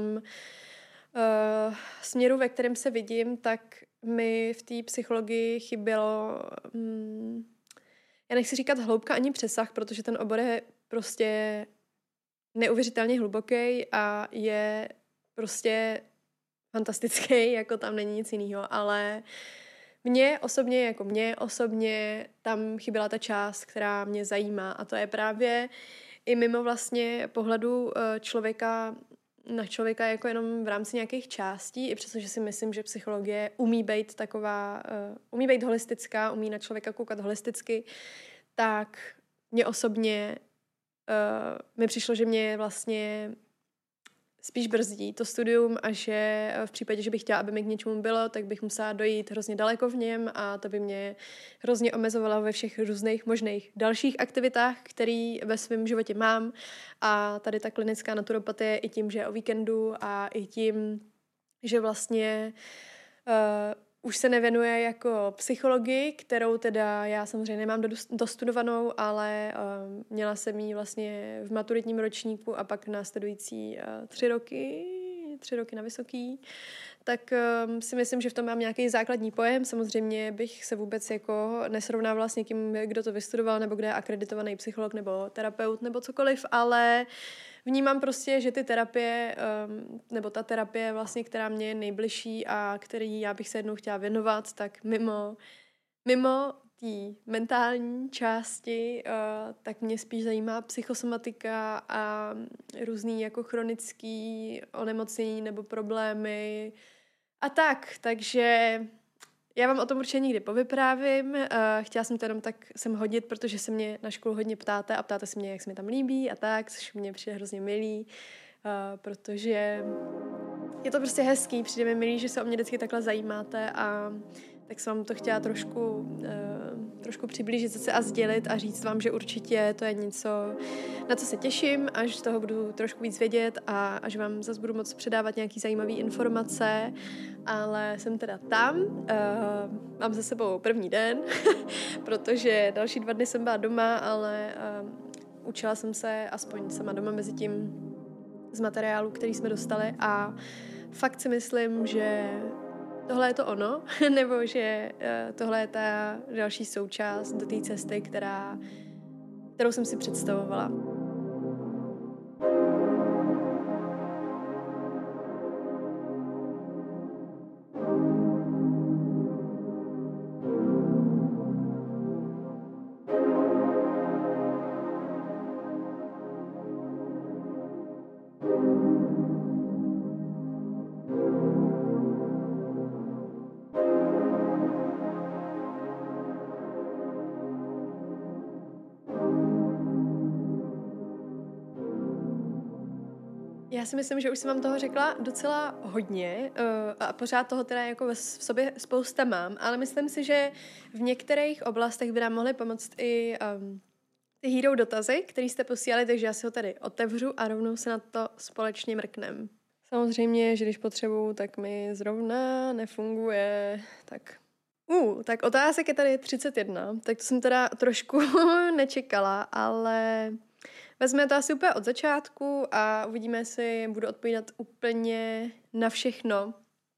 uh, směru, ve kterém se vidím, tak mi v té psychologii chybělo um, já nechci říkat hloubka ani přesah, protože ten obor je prostě neuvěřitelně hluboký a je prostě fantastický, jako tam není nic jiného, ale mně osobně, jako mě osobně, tam chyběla ta část, která mě zajímá a to je právě i mimo vlastně pohledu člověka na člověka jako jenom v rámci nějakých částí, i přestože si myslím, že psychologie umí být taková, umí být holistická, umí na člověka koukat holisticky, tak mě osobně uh, mi přišlo, že mě vlastně spíš brzdí to studium a že v případě, že bych chtěla, aby mi k něčemu bylo, tak bych musela dojít hrozně daleko v něm a to by mě hrozně omezovalo ve všech různých možných dalších aktivitách, které ve svém životě mám a tady ta klinická naturopatie i tím, že je o víkendu a i tím, že vlastně uh, už se nevěnuje jako psychologii, kterou teda já samozřejmě nemám dostudovanou, ale uh, měla jsem ji vlastně v maturitním ročníku a pak následující uh, tři roky, tři roky na vysoký, tak um, si myslím, že v tom mám nějaký základní pojem. Samozřejmě bych se vůbec jako nesrovnávala s někým, kdo to vystudoval, nebo kde je akreditovaný psycholog, nebo terapeut, nebo cokoliv, ale vnímám prostě, že ty terapie, um, nebo ta terapie vlastně, která mě je nejbližší a který já bych se jednou chtěla věnovat, tak mimo Mimo té mentální části, uh, tak mě spíš zajímá psychosomatika a různý jako chronický onemocnění nebo problémy a tak, takže já vám o tom určitě někdy povyprávím. Uh, chtěla jsem to jenom tak sem hodit, protože se mě na školu hodně ptáte a ptáte se mě, jak se mi tam líbí a tak, což mě přijde hrozně milý, uh, protože je to prostě hezký, přijde mi milý, že se o mě vždycky takhle zajímáte a tak jsem vám to chtěla trošku, uh, trošku přiblížit se a sdělit a říct vám, že určitě to je něco, na co se těším, až z toho budu trošku víc vědět a až vám zase budu moct předávat nějaký zajímavé informace, ale jsem teda tam, uh, mám za sebou první den, protože další dva dny jsem byla doma, ale uh, učila jsem se aspoň sama doma mezi tím z materiálu, který jsme dostali a fakt si myslím, že tohle je to ono, nebo že uh, tohle je ta další součást do té cesty, která, kterou jsem si představovala. Já si myslím, že už jsem vám toho řekla docela hodně uh, a pořád toho teda jako v sobě spousta mám, ale myslím si, že v některých oblastech by nám mohly pomoct i um, ty hero dotazy, které jste posílali, takže já si ho tady otevřu a rovnou se na to společně mrknem. Samozřejmě, že když potřebuju, tak mi zrovna nefunguje, tak... Uh, tak otázek je tady třicet jedna, tak to jsem teda trošku nečekala, ale... Vezmeme to asi úplně od začátku a uvidíme, jestli budu odpovídat úplně na všechno,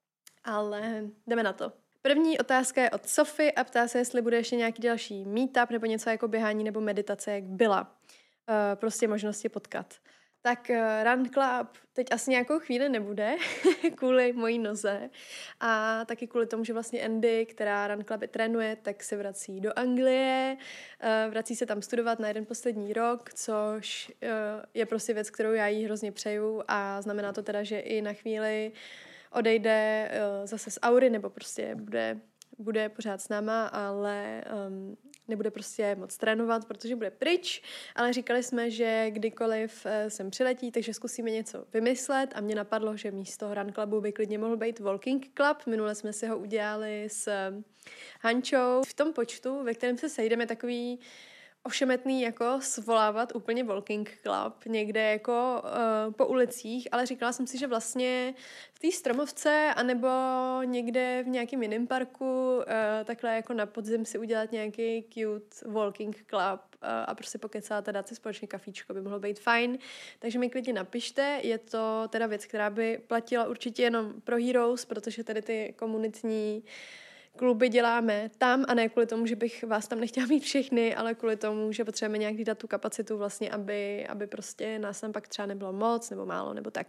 ale jdeme na to. První otázka je od Sofy a ptá se, jestli bude ještě nějaký další meetup nebo něco jako běhání nebo meditace, jak byla. Uh, prostě možnosti potkat. Tak uh, Run Club teď asi nějakou chvíli nebude kvůli mojí noze a taky kvůli tomu, že vlastně Andy, která Run Cluby trénuje, tak se vrací do Anglie, uh, vrací se tam studovat na jeden poslední rok, což uh, je prostě věc, kterou já jí hrozně přeju a znamená to teda, že i na chvíli odejde uh, zase z Aury nebo prostě bude, bude pořád s náma, ale um, nebude prostě moc trénovat, protože bude pryč, ale říkali jsme, že kdykoliv sem přiletí, takže zkusíme něco vymyslet a mě napadlo, že místo Run Clubu by klidně mohl být Walking Club. Minule jsme si ho udělali s Hančou. V tom počtu, ve kterém se sejdeme, takový ošemetný jako svolávat úplně Walking Club někde jako uh, po ulicích, ale říkala jsem si, že vlastně v té Stromovce anebo někde v nějakém jiném parku uh, takhle jako na podzim si udělat nějaký cute Walking Club uh, a prostě pokecát a dát si společně kafíčko, by mohlo být fajn. Takže mi klidně napište, je to teda věc, která by platila určitě jenom pro Heroes, protože tady ty komunitní kluby děláme tam a ne kvůli tomu, že bych vás tam nechtěla mít všechny, ale kvůli tomu, že potřebujeme nějak dát tu kapacitu vlastně, aby, aby prostě nás tam pak třeba nebylo moc nebo málo nebo tak.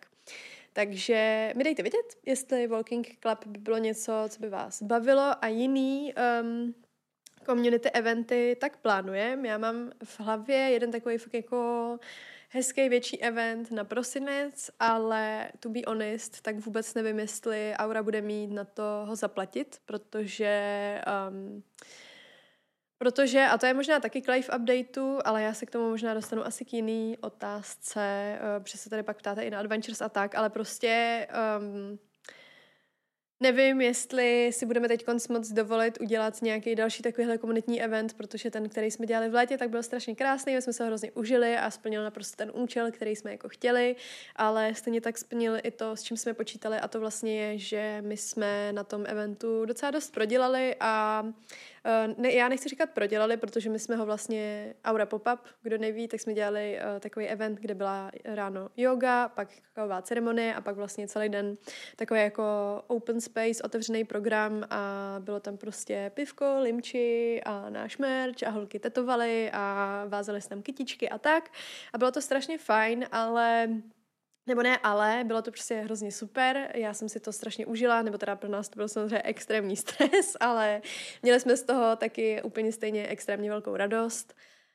Takže mi dejte vědět, jestli Walking Club by bylo něco, co by vás bavilo a jiný um, community eventy tak plánujeme. Já mám v hlavě jeden takový fakt jako hezký větší event na prosinec, ale to be honest, tak vůbec nevím, jestli Aura bude mít na to ho zaplatit, protože um, protože, a to je možná taky k live updateu, ale já se k tomu možná dostanu asi k jiný otázce, uh, protože se tady pak ptáte i na Adventures a tak, ale prostě um, nevím, jestli si budeme teď moc dovolit udělat nějaký další takovýhle komunitní event, protože ten, který jsme dělali v létě, tak byl strašně krásný, my jsme se ho hrozně užili a splnil naprosto ten účel, který jsme jako chtěli, ale stejně tak splnil i to, s čím jsme počítali a to vlastně je, že my jsme na tom eventu docela dost prodělali a ne, já nechci říkat prodělali, protože my jsme ho vlastně Aura Pop-up, kdo neví, tak jsme dělali uh, takový event, kde byla ráno yoga, pak kávová ceremonie a pak vlastně celý den takový jako open space, otevřený program a bylo tam prostě pivko, limči a náš merch a holky tetovaly a vázely se tam kytičky a tak a bylo to strašně fajn, ale Nebo ne, ale bylo to prostě hrozně super, já jsem si to strašně užila, nebo teda pro nás to byl samozřejmě extrémní stres, ale měli jsme z toho taky úplně stejně extrémně velkou radost.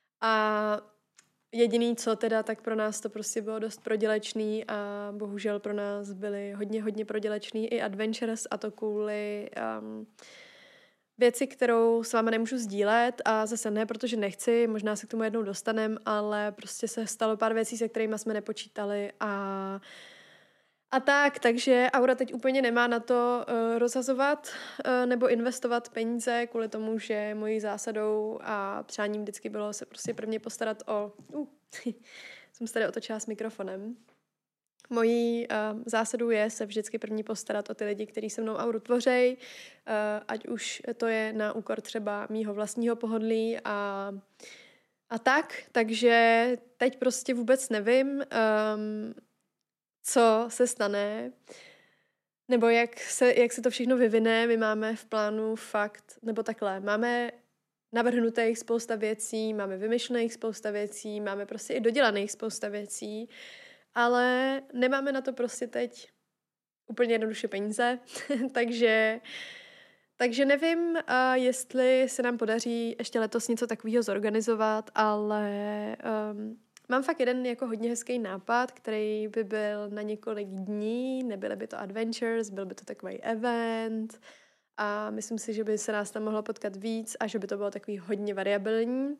A jediný co teda, tak pro nás to prostě bylo dost prodělečný a bohužel pro nás byly hodně, hodně prodělečný i adventures a to kvůli um, věci, kterou s váma nemůžu sdílet a zase ne, protože nechci, možná se k tomu jednou dostanem, ale prostě se stalo pár věcí, se kterými jsme nepočítali a a tak, takže Aura teď úplně nemá na to uh, rozhazovat uh, nebo investovat peníze kvůli tomu, že mojí zásadou a přáním vždycky bylo se prostě prvně postarat o... Uh, jsem se tady otočila s mikrofonem. Mojí uh, zásadou je se vždycky první postarat o ty lidi, kteří se mnou Auru tvořej, uh, ať už to je na úkor třeba mýho vlastního pohodlí a, a tak, takže teď prostě vůbec nevím, um, co se stane, nebo jak se, jak se to všechno vyvine. My máme v plánu fakt, nebo takhle, máme navrhnutých spousta věcí, máme vymyšlených spousta věcí, máme prostě i dodělaných spousta věcí, ale nemáme na to prostě teď úplně jednoduše peníze, takže, takže nevím, uh, jestli se nám podaří ještě letos něco takového zorganizovat, ale um, mám fakt jeden jako hodně hezký nápad, který by byl na několik dní, nebyly by to adventures, byl by to takový event a myslím si, že by se nás tam mohlo potkat víc a že by to bylo takový hodně variabilní.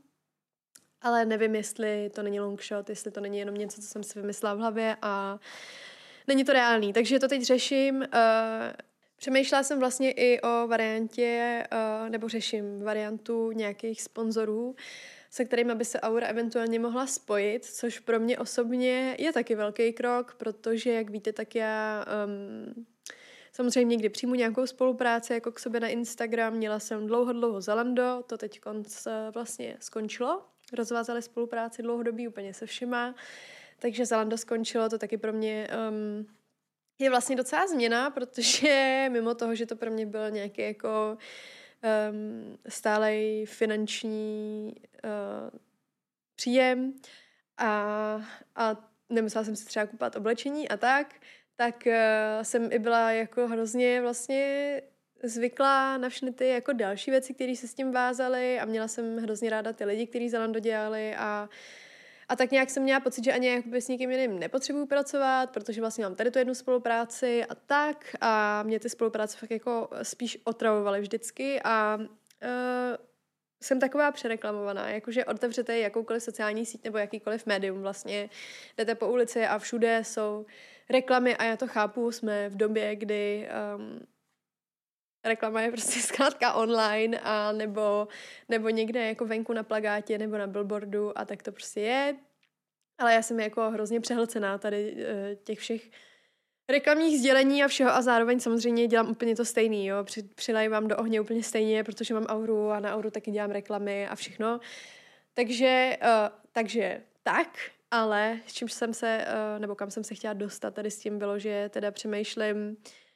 Ale nevím, jestli to není long shot, jestli to není jenom něco, co jsem si vymyslela v hlavě a není to reálný. Takže to teď řeším. Uh, přemýšlela jsem vlastně i o variantě, uh, nebo řeším variantu nějakých sponzorů, se kterými by se Aura eventuálně mohla spojit, což pro mě osobně je taky velký krok, protože, jak víte, tak já um, samozřejmě někdy přijmu nějakou spolupráci jako k sobě na Instagram. Měla jsem dlouho, dlouho Zalando, to teď konc vlastně skončilo. Rozvázali spolupráci dlouhodobí úplně se všema, takže Zalando skončilo, to taky pro mě um, je vlastně docela změna, protože mimo toho, že to pro mě byl nějaký jako um, stálej finanční uh, příjem a, a nemusela jsem si třeba kupovat oblečení a tak, tak uh, jsem i byla jako hrozně vlastně zvyklá na všechny ty jako další věci, které se s tím vázaly a měla jsem hrozně ráda ty lidi, kteří Zalando dělali a, a tak nějak jsem měla pocit, že ani jakoby s nikým jiným nepotřebuju pracovat, protože vlastně mám tady tu jednu spolupráci a tak a mě ty spolupráce fakt jako spíš otravovaly vždycky a uh, jsem taková přereklamovaná, jakože otevřete jakoukoliv sociální síť nebo jakýkoliv médium vlastně, jdete po ulici a všude jsou reklamy a já to chápu, jsme v době, kdy um, reklama je prostě zkrátka online a nebo, nebo někde jako venku na plakátě nebo na billboardu a tak to prostě je. Ale já jsem jako hrozně přehlcená tady těch všech reklamních sdělení a všeho a zároveň samozřejmě dělám úplně to stejný, jo. Při, přilajím do ohně úplně stejně, protože mám Auru a na Auru taky dělám reklamy a všechno. Takže, uh, takže tak, ale s čím jsem se, uh, nebo kam jsem se chtěla dostat tady s tím bylo, že teda přemýšlím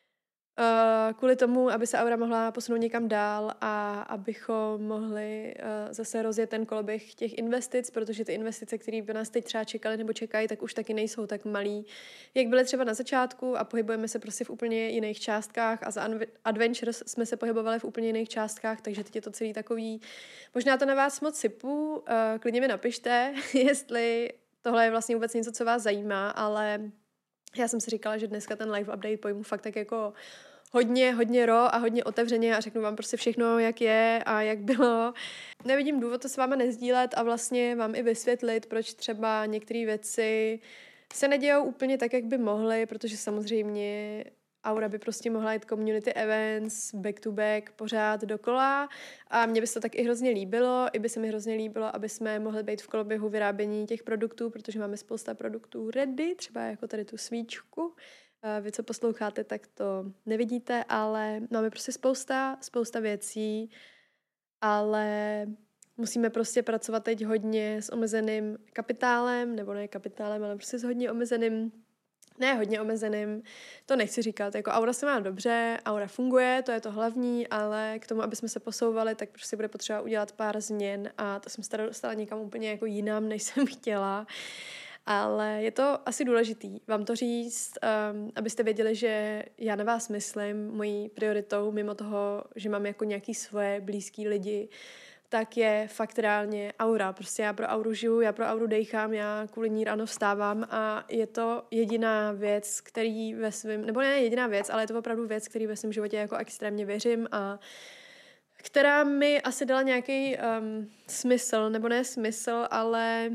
Uh, kvůli tomu, aby se Aura mohla posunout někam dál a abychom mohli uh, zase rozjet ten koloběh těch investic, protože ty investice, které by nás teď třeba čekaly nebo čekají, tak už taky nejsou tak malý, jak byly třeba na začátku a pohybujeme se prostě v úplně jiných částkách a za Adventures jsme se pohybovali v úplně jiných částkách, takže teď je to celý takový, možná to na vás moc sypu, uh, klidně mi napište, jestli tohle je vlastně vůbec něco, co vás zajímá, ale já jsem si říkala, že dneska ten live update pojmu fakt tak jako hodně, hodně raw a hodně otevřeně a řeknu vám prostě všechno, jak je a jak bylo. Nevidím důvod to s váma nezdílet a vlastně vám i vysvětlit, proč třeba některé věci se nedějou úplně tak, jak by mohly, protože samozřejmě Aura by prostě mohla jít community events back to back pořád dokola a mně by se to tak i hrozně líbilo, i by se mi hrozně líbilo, aby jsme mohli být v koloběhu vyrábění těch produktů, protože máme spousta produktů ready, třeba jako tady tu svíčku. Vy, co posloucháte, tak to nevidíte, ale máme prostě spousta, spousta věcí, ale musíme prostě pracovat teď hodně s omezeným kapitálem, nebo ne kapitálem, ale prostě s hodně omezeným Ne, hodně omezeným, to nechci říkat, jako Aura se má dobře, Aura funguje, to je to hlavní, ale k tomu, aby jsme se posouvali, tak prostě bude potřeba udělat pár změn a to jsem se dostala někam úplně jako jinam, než jsem chtěla. Ale je to asi důležitý vám to říct, um, abyste věděli, že já na vás myslím, mojí prioritou, mimo toho, že mám jako nějaký svoje blízký lidi, tak je fakt reálně aura. Prostě já pro auru žiju, já pro auru dejchám, já kvůli ní ráno vstávám a je to jediná věc, který ve svém, nebo ne jediná věc, ale je to opravdu věc, který ve svém životě jako extrémně věřím a která mi asi dala nějaký um, smysl, nebo ne smysl, ale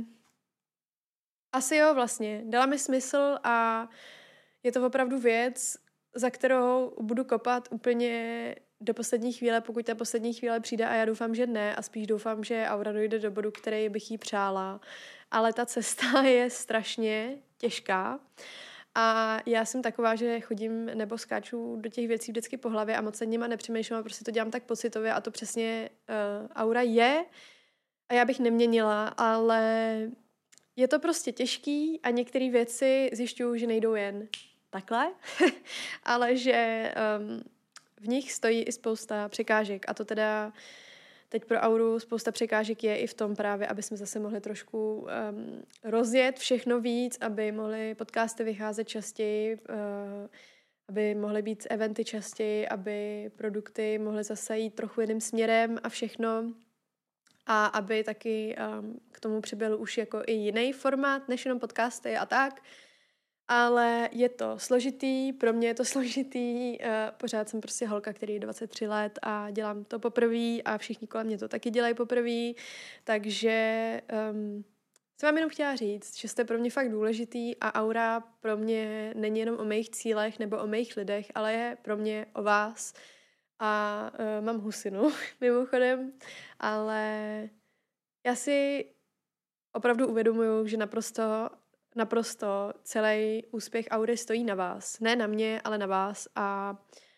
asi jo vlastně. Dala mi smysl a je to opravdu věc, za kterou budu kopat úplně do poslední chvíle, pokud ta poslední chvíle přijde a já doufám, že ne a spíš doufám, že aura dojde do bodu, který bych jí přála. Ale ta cesta je strašně těžká a já jsem taková, že chodím nebo skáču do těch věcí vždycky po hlavě a moc se nima nepřemýšlím a prostě to dělám tak pocitově a to přesně uh, aura je a já bych neměnila, ale je to prostě těžký a některé věci zjišťuju, že nejdou jen takhle, ale že um, v nich stojí i spousta překážek a to teda teď pro auru spousta překážek je i v tom právě, aby jsme zase mohli trošku um, rozjet všechno víc, aby mohly podcasty vycházet častěji, uh, aby mohly být eventy častěji, aby produkty mohly zase jít trochu jiným směrem a všechno. A aby taky um, k tomu přibyl už jako i jiný formát, než jenom podcasty a tak. Ale je to složitý, pro mě je to složitý, uh, pořád jsem prostě holka, který je dvacet tři let a dělám to poprvé a všichni kolem mě to taky dělají poprvé, takže um, jsem vám jenom chtěla říct, že jste pro mě fakt důležitý a aura pro mě není jenom o mých cílech nebo o mých lidech, ale je pro mě o vás. A uh, mám husinu, mimochodem, ale já si opravdu uvědomuju, že naprosto, naprosto celý úspěch aury stojí na vás. Ne na mě, ale na vás. A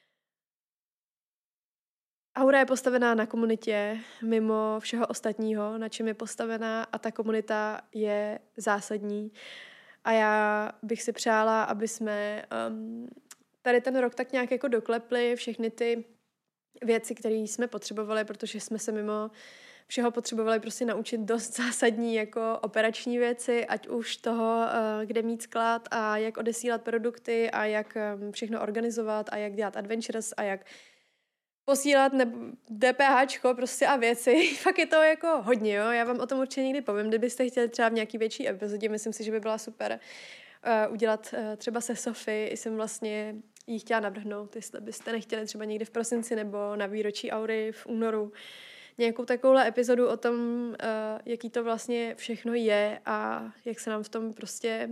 aura je postavená na komunitě mimo všeho ostatního, na čem je postavená a ta komunita je zásadní. A já bych si přála, aby jsme um, tady ten rok tak nějak jako doklepli všechny ty věci, které jsme potřebovali, protože jsme se mimo všeho potřebovali prostě naučit dost zásadní jako operační věci, ať už toho, kde mít sklad a jak odesílat produkty a jak všechno organizovat a jak dělat adventures a jak posílat nebo DPHčko prostě a věci. Fakt je to jako hodně, jo. Já vám o tom určitě někdy povím, kdybyste chtěli třeba v nějaký větší epizodě, myslím si, že by byla super uh, udělat uh, třeba se Sofy, jsem vlastně jí chtěla navrhnout, jestli byste nechtěli třeba někdy v prosinci nebo na výročí aury v únoru nějakou takovouhle epizodu o tom, uh, jaký to vlastně všechno je a jak se nám v tom prostě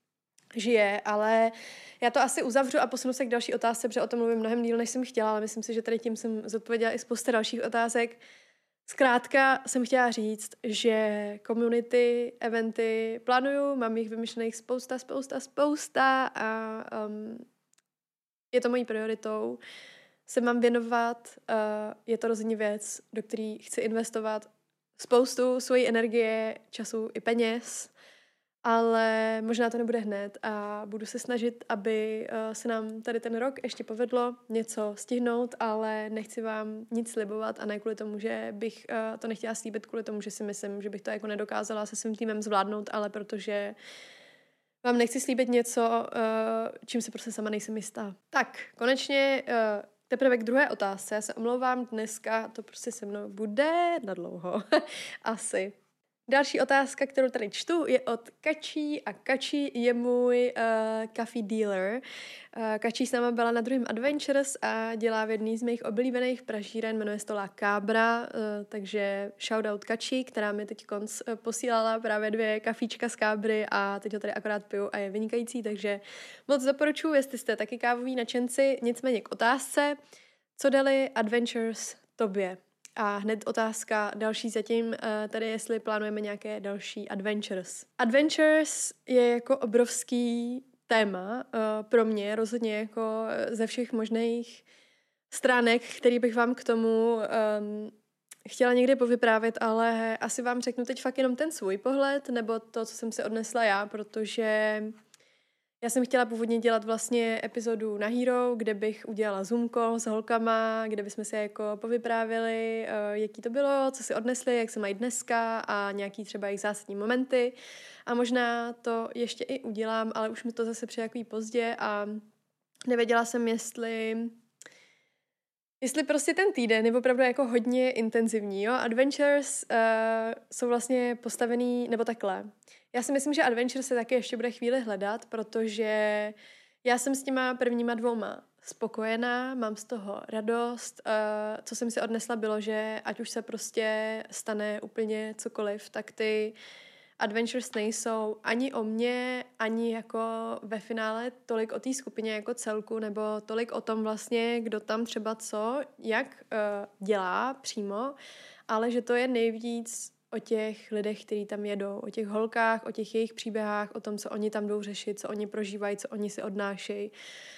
žije, ale já to asi uzavřu a posunu se k další otázce, protože o tom mluvím mnohem díl, než jsem chtěla, ale myslím si, že tady tím jsem zodpověděla i spousta dalších otázek. Zkrátka jsem chtěla říct, že community, eventy plánuju, mám jich vymyšlených spousta, spousta, spousta a um, je to mojí prioritou. Se mám věnovat, uh, je to rozhodně věc, do které chci investovat spoustu svojí energie, času i peněz, ale možná to nebude hned a budu se snažit, aby uh, se nám tady ten rok ještě povedlo něco stihnout, ale nechci vám nic slibovat a ne kvůli tomu, že bych uh, to nechtěla slíbit, kvůli tomu, že si myslím, že bych to jako nedokázala se svým týmem zvládnout, ale protože vám nechci slíbit něco, uh, čím se prostě sama nejsem jistá. Tak, konečně uh, teprve k druhé otázce. Já se omlouvám, dneska to prostě se mnou bude nadlouho. Asi. Další otázka, kterou tady čtu, je od Kačí a Kačí je můj uh, coffee dealer. Uh, Kačí s náma byla na druhém Adventures a dělá v jedný z mých oblíbených pražíren, jmenuje se to La Cabra, uh, takže shoutout Kačí, která mi teď konc uh, posílala právě dvě kafíčka z Cabry a teď ho tady akorát piju a je vynikající, takže moc doporučuji, jestli jste taky kávoví nadšenci. Nicméně k otázce, co dali Adventures tobě? A hned otázka další zatím, tady jestli plánujeme nějaké další adventures. Adventures je jako obrovský téma pro mě, rozhodně jako ze všech možných stránek, který bych vám k tomu um, chtěla někdy povyprávět, ale asi vám řeknu teď fakt jenom ten svůj pohled, nebo to, co jsem si odnesla já, protože Já jsem chtěla původně dělat vlastně epizodu na Hero, kde bych udělala Zoom call s holkama, kde bychom se jako povyprávili, jaký to bylo, co si odnesli, jak se mají dneska a nějaký třeba jejich zásadní momenty. A možná to ještě i udělám, ale už mi to zase přijde takový pozdě a nevěděla jsem, jestli... Jestli prostě ten týden je opravdu jako hodně intenzivní, jo. Adventures uh, jsou vlastně postavený, nebo takhle. Já si myslím, že Adventures se taky ještě bude chvíli hledat, protože já jsem s těma prvníma dvouma spokojená, mám z toho radost. Uh, co jsem si odnesla bylo, že ať už se prostě stane úplně cokoliv, tak ty Adventures nejsou ani o mně, ani jako ve finále tolik o té skupině jako celku, nebo tolik o tom vlastně, kdo tam třeba co, jak uh, dělá přímo, ale že to je nejvíc o těch lidech, kteří tam jedou, o těch holkách, o těch jejich příběhách, o tom, co oni tam jdou řešit, co oni prožívají, co oni si odnášejí.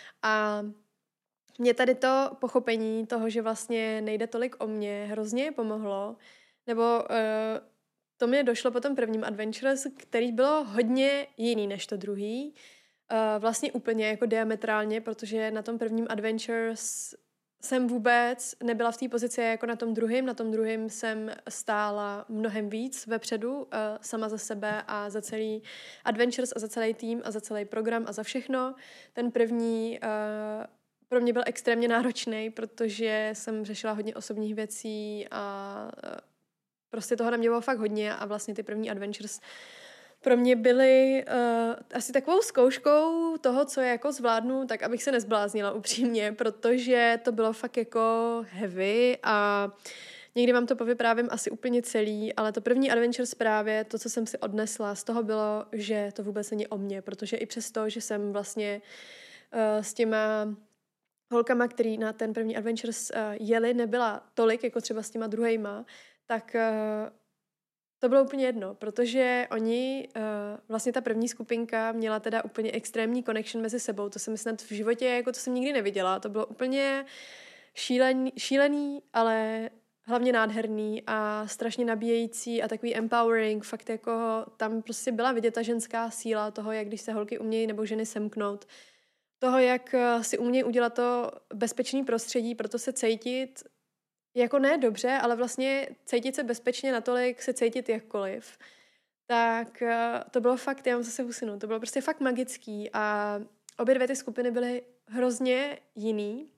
A mě tady to pochopení toho, že vlastně nejde tolik o mě, hrozně pomohlo, nebo... Uh, To mě došlo po tom prvním Adventures, který bylo hodně jiný než to druhý. Uh, vlastně úplně jako diametrálně, protože na tom prvním Adventures jsem vůbec nebyla v té pozici jako na tom druhém. Na tom druhém jsem stála mnohem víc vepředu, uh, sama za sebe a za celý Adventures a za celý tým a za celý program a za všechno. Ten první uh, pro mě byl extrémně náročný, protože jsem řešila hodně osobních věcí a uh, prostě toho na mě bylo fakt hodně a vlastně ty první Adventures pro mě byly uh, asi takovou zkouškou toho, co je jako zvládnu, tak abych se nezbláznila upřímně, protože to bylo fakt jako heavy a někdy vám to povyprávím asi úplně celý, ale to první Adventures právě, to, co jsem si odnesla z toho bylo, že to vůbec není o mně, protože i přesto, že jsem vlastně uh, s těma holkama, který na ten první Adventures uh, jeli, nebyla tolik, jako třeba s těma druhejma, tak uh, to bylo úplně jedno, protože oni, uh, vlastně ta první skupinka měla teda úplně extrémní connection mezi sebou, to jsem snad v životě, jako to jsem nikdy neviděla, to bylo úplně šílený, šílený, ale hlavně nádherný a strašně nabíjející a takový empowering, fakt jako tam prostě byla vidět ta ženská síla toho, jak když se holky umějí nebo ženy semknout, toho, jak si umějí udělat to bezpečný prostředí, proto se cítit jako ne dobře, ale vlastně cítit se bezpečně natolik, se cítit jakkoliv, tak to bylo fakt, já mám zase husinu, to bylo prostě fakt magický a obě dvě ty skupiny byly hrozně jiný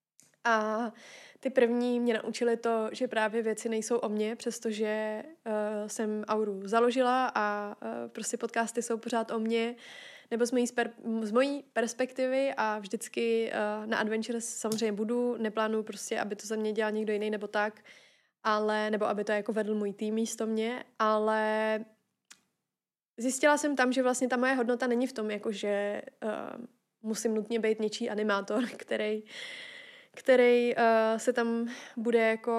a ty první mě naučily to, že právě věci nejsou o mně, přestože uh, jsem Auru založila a uh, prostě podcasty jsou pořád o mně, nebo z mojí, sper, z mojí perspektivy a vždycky uh, na Adventures samozřejmě budu, neplánuju prostě, aby to za mě dělal někdo jiný nebo tak, ale, nebo aby to jako vedl můj tým místo mě, ale zjistila jsem tam, že vlastně ta moje hodnota není v tom, jako že uh, musím nutně být něčí animátor, který, který uh, se tam bude jako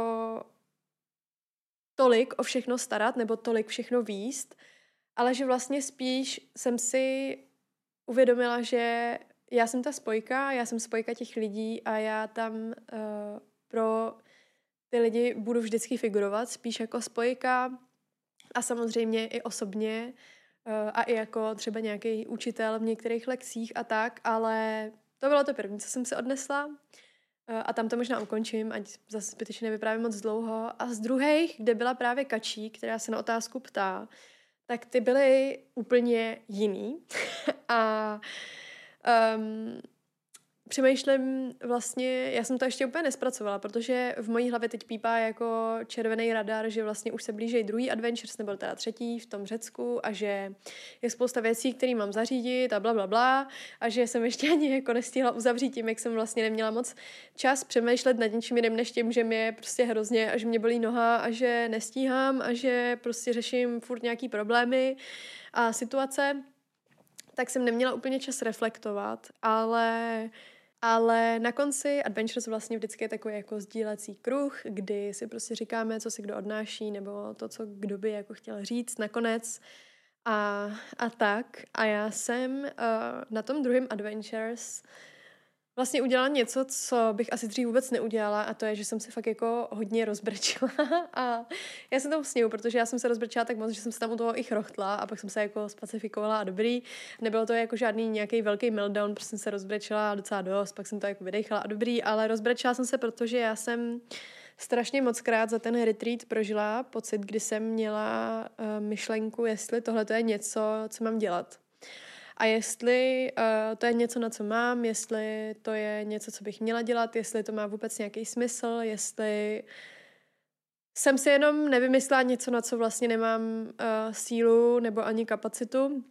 tolik o všechno starat nebo tolik všechno víst, ale že vlastně spíš jsem si uvědomila, že já jsem ta spojka, já jsem spojka těch lidí a já tam uh, pro ty lidi budu vždycky figurovat, spíš jako spojka a samozřejmě i osobně uh, a i jako třeba nějaký učitel v některých lekcích a tak, ale to bylo to první, co jsem si odnesla uh, a tam to možná ukončím, ať zase zbytečně nevyprávím moc dlouho. A z druhých, kde byla právě Kačí, která se na otázku ptá, tak ty byly úplně jiný a um, přemýšlím vlastně, já jsem to ještě úplně nespracovala, protože v mojí hlavě teď pípá jako červený radar, že vlastně už se blíží druhý Adventures, nebo teda třetí v tom Řecku a že je spousta věcí, které mám zařídit a bla, bla, bla a že jsem ještě ani jako nestihla uzavřít tím, jak jsem vlastně neměla moc čas přemýšlet nad něčím jiným než tím, že mě prostě hrozně a že mě bolí noha a že nestíhám a že prostě řeším furt nějaký problémy a situace, tak jsem neměla úplně čas reflektovat, ale Ale na konci Adventures vlastně vždycky je takový jako sdílecí kruh, kdy si prostě říkáme, co si kdo odnáší, nebo to, co kdo by jako chtěl říct nakonec a, a tak. A já jsem uh, na tom druhém Adventures vlastně udělala něco, co bych asi dřív vůbec neudělala, a to je, že jsem se fakt jako hodně rozbrečila a já jsem tomu sněju, protože já jsem se rozbrečila tak moc, že jsem se tam u toho i chrochtla a pak jsem se jako spacifikovala a dobrý. Nebylo to jako žádný nějaký velký meltdown, protože jsem se rozbrečila docela dost, pak jsem to jako vydechala a dobrý, ale rozbrečila jsem se, protože já jsem strašně moc krát za ten retreat prožila pocit, kdy jsem měla uh, myšlenku, jestli tohle to je něco, co mám dělat. A jestli uh, to je něco, na co mám, jestli to je něco, co bych měla dělat, jestli to má vůbec nějaký smysl, jestli jsem si jenom nevymyslela něco, na co vlastně nemám uh, sílu nebo ani kapacitu.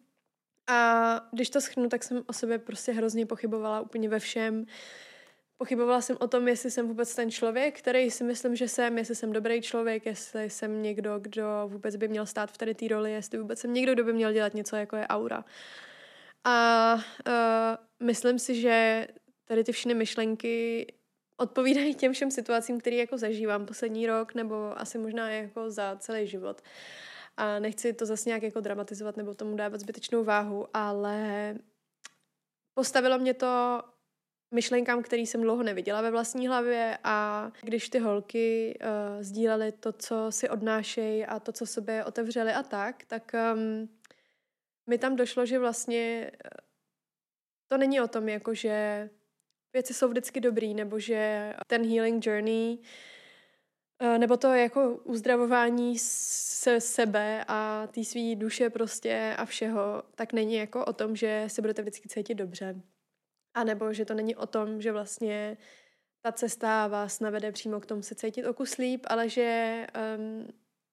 A když to shrnu, tak jsem o sobě prostě hrozně pochybovala úplně ve všem. Pochybovala jsem o tom, jestli jsem vůbec ten člověk, který si myslím, že jsem, jestli jsem dobrý člověk, jestli jsem někdo, kdo vůbec by měl stát v tady té roli, jestli vůbec jsem někdo, kdo by měl dělat něco, jako je aura. A uh, myslím si, že tady ty všechny myšlenky odpovídají těm všem situacím, které jako zažívám poslední rok, nebo asi možná jako za celý život. A nechci to zase nějak jako dramatizovat nebo tomu dávat zbytečnou váhu, ale postavilo mě to myšlenkám, který jsem dlouho neviděla ve vlastní hlavě, a když ty holky uh, sdílely to, co si odnášejí a to, co sobě otevřely a tak, tak um, mi tam došlo, že vlastně to není o tom, jako že věci jsou vždycky dobrý, nebo že ten healing journey, nebo to jako uzdravování se sebe a té svý duše prostě a všeho, tak není jako o tom, že se budete vždycky cítit dobře. A nebo že to není o tom, že vlastně ta cesta vás navede přímo k tomu se cítit o kus líp, ale že, um,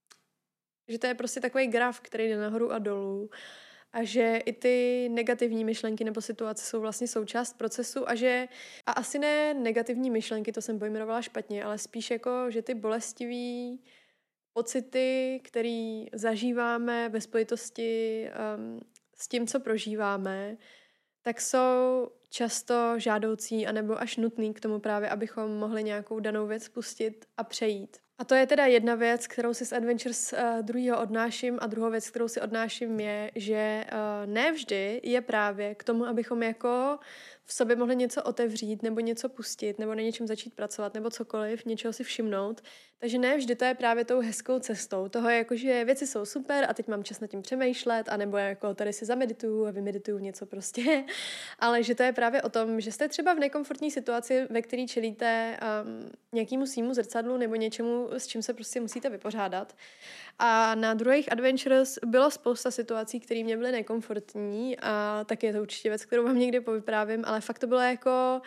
že to je prostě takový graf, který jde nahoru a dolů. A že i ty negativní myšlenky nebo situace jsou vlastně součást procesu a že, a asi ne negativní myšlenky, to jsem pojmenovala špatně, ale spíš jako, že ty bolestivý pocity, které zažíváme ve spojitosti um, s tím, co prožíváme, tak jsou často žádoucí anebo až nutný k tomu právě, abychom mohli nějakou danou věc pustit a přejít. A to je teda jedna věc, kterou si z Adventures uh, druhýho odnáším, a druhou věc, kterou si odnáším, je, že uh, ne vždy je právě k tomu, abychom jako v sobě mohli něco otevřít nebo něco pustit nebo na něčem začít pracovat nebo cokoliv, něčeho si všimnout. Takže ne vždy to je právě tou hezkou cestou toho, jako že věci jsou super a teď mám čas nad tím přemýšlet, anebo jako tady si zamedituju a vymedituju něco prostě. Ale že to je právě o tom, že jste třeba v nekomfortní situaci, ve které čelíte um, nějakému svýmu zrcadlu nebo něčemu, s čím se prostě musíte vypořádat. A na druhých Adventures bylo spousta situací, které mě byly nekomfortní, a tak je to určitě věc, kterou vám někdy povyprávím, ale fakt to bylo jako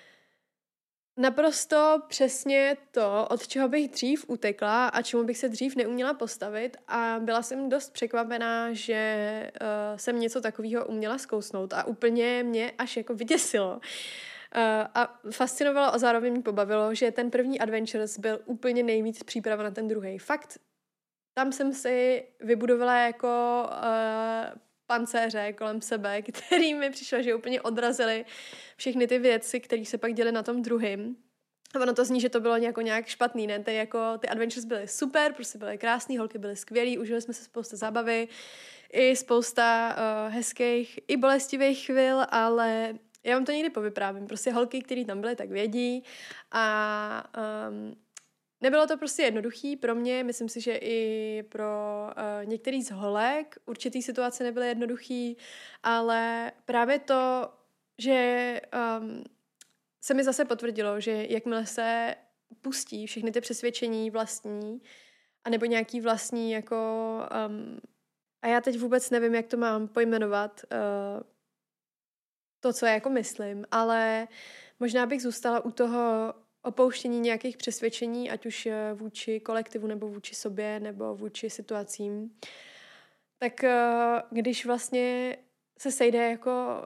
naprosto přesně to, od čeho bych dřív utekla a čemu bych se dřív neuměla postavit, a byla jsem dost překvapená, že uh, jsem něco takového uměla zkousnout a úplně mě až jako vyděsilo. Uh, a fascinovalo a zároveň mě pobavilo, že ten první Adventures byl úplně nejvíc příprava na ten druhý. Fakt, tam jsem si vybudovala jako uh, pancéře kolem sebe, který mi přišlo, že úplně odrazily všechny ty věci, které se pak děly na tom druhým. A ono to zní, že to bylo nějak, nějak špatný, ne? Ty, jako, ty Adventures byly super, prostě byly krásný, holky byly skvělý, užili jsme se spousta zábavy, i spousta uh, hezkých, i bolestivých chvil, ale já vám to někdy povyprávím. Prostě holky, které tam byly, tak vědí, a um, nebylo to prostě jednoduchý pro mě, myslím si, že i pro uh, některý z holek určitý situace nebyly jednoduchý, ale právě to, že um, se mi zase potvrdilo, že jakmile se pustí všechny ty přesvědčení vlastní, anebo nějaký vlastní jako um, a já teď vůbec nevím, jak to mám pojmenovat, uh, to, co já jako myslím, ale možná bych zůstala u toho opouštění nějakých přesvědčení, ať už vůči kolektivu, nebo vůči sobě, nebo vůči situacím. Tak když vlastně se sejde jako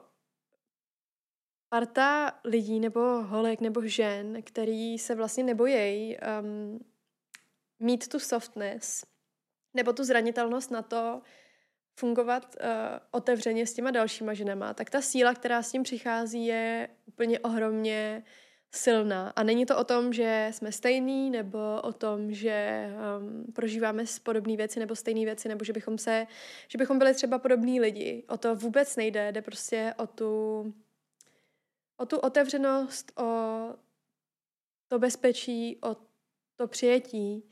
parta lidí, nebo holek, nebo žen, který se vlastně nebojí um, mít tu softness, nebo tu zranitelnost na to fungovat uh, otevřeně s těma dalšíma ženama, tak ta síla, která s tím přichází, je úplně ohromně silná. A není to o tom, že jsme stejný, nebo o tom, že um, prožíváme podobné věci nebo stejné věci, nebo že bychom se, že bychom byli třeba podobní lidi. O to vůbec nejde, jde prostě o tu o tu otevřenost, o to bezpečí, o to přijetí.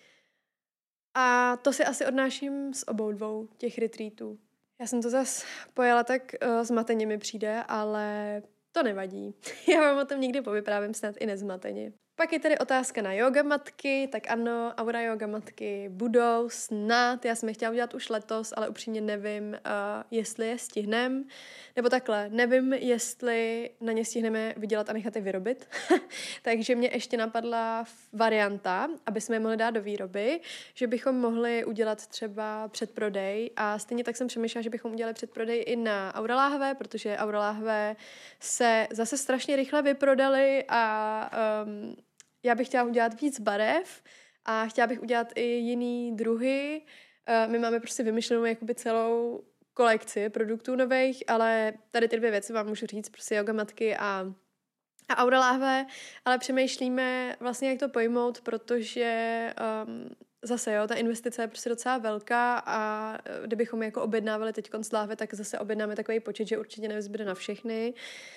A to si asi odnáším z obou dvou těch retreatů. Já jsem to zas pojala tak uh, zmateně mi přijde, ale to nevadí. Já vám o tom někdy povyprávím snad i nezmateně. Pak je tady otázka na yoga matky, tak ano, aura yoga matky budou snad, já jsem je chtěla udělat už letos, ale upřímně nevím, uh, jestli je stihnem, nebo takhle, nevím, jestli na ně stihneme vydělat a nechat je vyrobit, takže mě ještě napadla varianta, aby jsme je mohli dát do výroby, že bychom mohli udělat třeba předprodej a stejně tak jsem přemýšlela, že bychom udělali předprodej i na aura láhve, protože aura láhve se zase strašně rychle vyprodaly a um, já bych chtěla udělat víc barev a chtěla bych udělat i jiný druhy. My máme prostě vymyšlenou jakoby celou kolekci produktů nových, ale tady ty dvě věci vám můžu říct, prostě yoga matky a, a aura láhve, ale přemýšlíme vlastně, jak to pojmout, protože um, zase jo, ta investice je prostě docela velká a kdybychom jako objednávali teď z láhve, tak zase objednáme takový počet, že určitě nevyzbyde na všechny.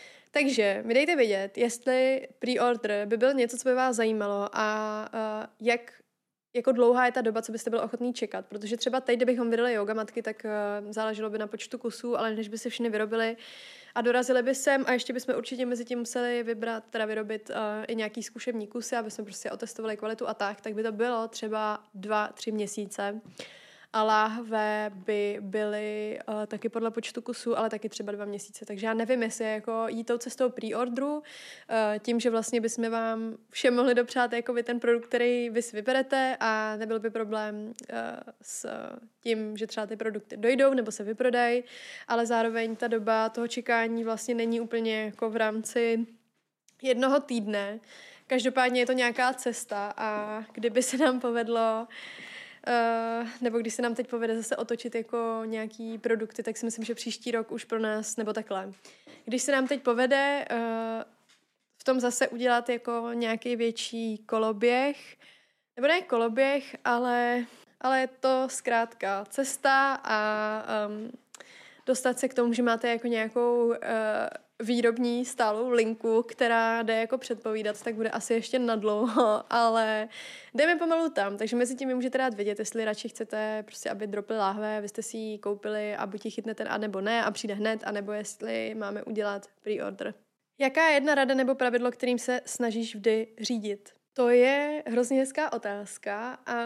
Takže mi dejte vědět, jestli pre-order by byl něco, co by vás zajímalo a uh, jak jako dlouhá je ta doba, co byste byl ochotný čekat, protože třeba teď, kdybychom vydali yoga matky, tak uh, záleželo by na počtu kusů, ale než by se všechny vyrobili a dorazili by sem a ještě bychom určitě mezi tím museli vybrat, teda vyrobit uh, i nějaký zkušební kusy, aby jsme prostě otestovali kvalitu a tak, tak by to bylo třeba dva, tři měsíce. A láhve by byly uh, taky podle počtu kusů, ale taky třeba dva měsíce. Takže já nevím, jestli jako jít tou cestou pre-orderu, uh, tím, že vlastně bychom vám všem mohli dopřát jako vy ten produkt, který vy si vyberete a nebyl by problém uh, s tím, že třeba ty produkty dojdou nebo se vyprodají, ale zároveň ta doba toho čekání vlastně není úplně jako v rámci jednoho týdne. Každopádně je to nějaká cesta a kdyby se nám povedlo Uh, nebo když se nám teď povede zase otočit jako nějaký produkty, tak si myslím, že příští rok už pro nás, nebo takhle. Když se nám teď povede uh, v tom zase udělat jako nějaký větší koloběh, nebo ne koloběh, ale, ale je to zkrátka cesta a um, dostat se k tomu, že máte jako nějakou uh, výrobní stálou linku, která jde jako předpovídat, tak bude asi ještě nadlouho, ale jdeme pomalu tam, takže mezi tím mi můžete dát vědět, jestli radši chcete prostě, aby droply láhve, vy jste si ji koupili a buď ji chytne ten a nebo ne a přijde hned, anebo jestli máme udělat pre-order. Jaká je jedna rada nebo pravidlo, kterým se snažíš vždy řídit? To je hrozně hezká otázka a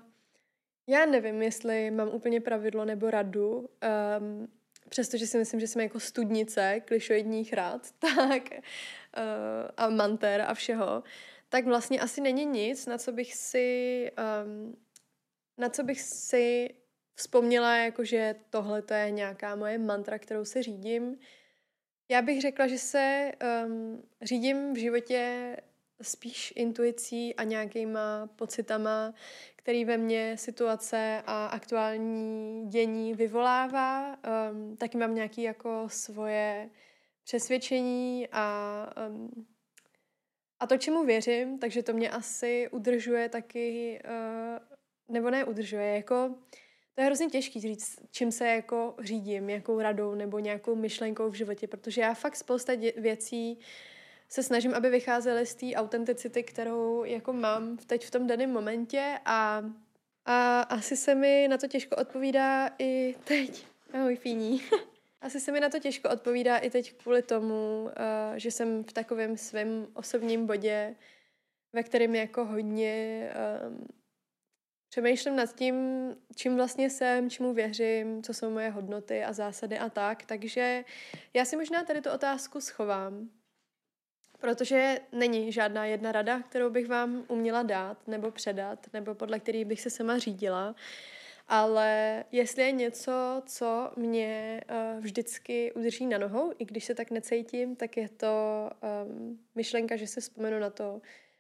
já nevím, jestli mám úplně pravidlo nebo radu, um, přestože si myslím, že jsme jako studnice klišoidních rad tak, uh, a manter a všeho, tak vlastně asi není nic, na co bych si um, na co bych si vzpomněla, jako že tohle to je nějaká moje mantra, kterou se řídím. Já bych řekla, že se um, řídím v životě spíš intuicí a nějakýma pocitama, který ve mně situace a aktuální dění vyvolává. Um, taky mám nějaké jako svoje přesvědčení a, um, a to, čemu věřím, takže to mě asi udržuje taky, uh, nebo ne udržuje, jako to je hrozně těžký říct, čím se jako řídím, jakou radou nebo nějakou myšlenkou v životě, protože já fakt spousta dě- věcí se snažím, aby vycházely z té autenticity, kterou jako mám teď v tom daném momentě a, a asi se mi na to těžko odpovídá i teď. Ahoj, fíní. Asi se mi na to těžko odpovídá i teď kvůli tomu, uh, že jsem v takovém svém osobním bodě, ve kterém jako hodně um, přemýšlím nad tím, čím vlastně jsem, čemu věřím, co jsou moje hodnoty a zásady a tak. Takže já si možná tady tu otázku schovám, protože není žádná jedna rada, kterou bych vám uměla dát nebo předat, nebo podle který bych se sama řídila, ale jestli je něco, co mě uh, vždycky udrží na nohou, i když se tak necítím, tak je to um, myšlenka, že se vzpomenu na to,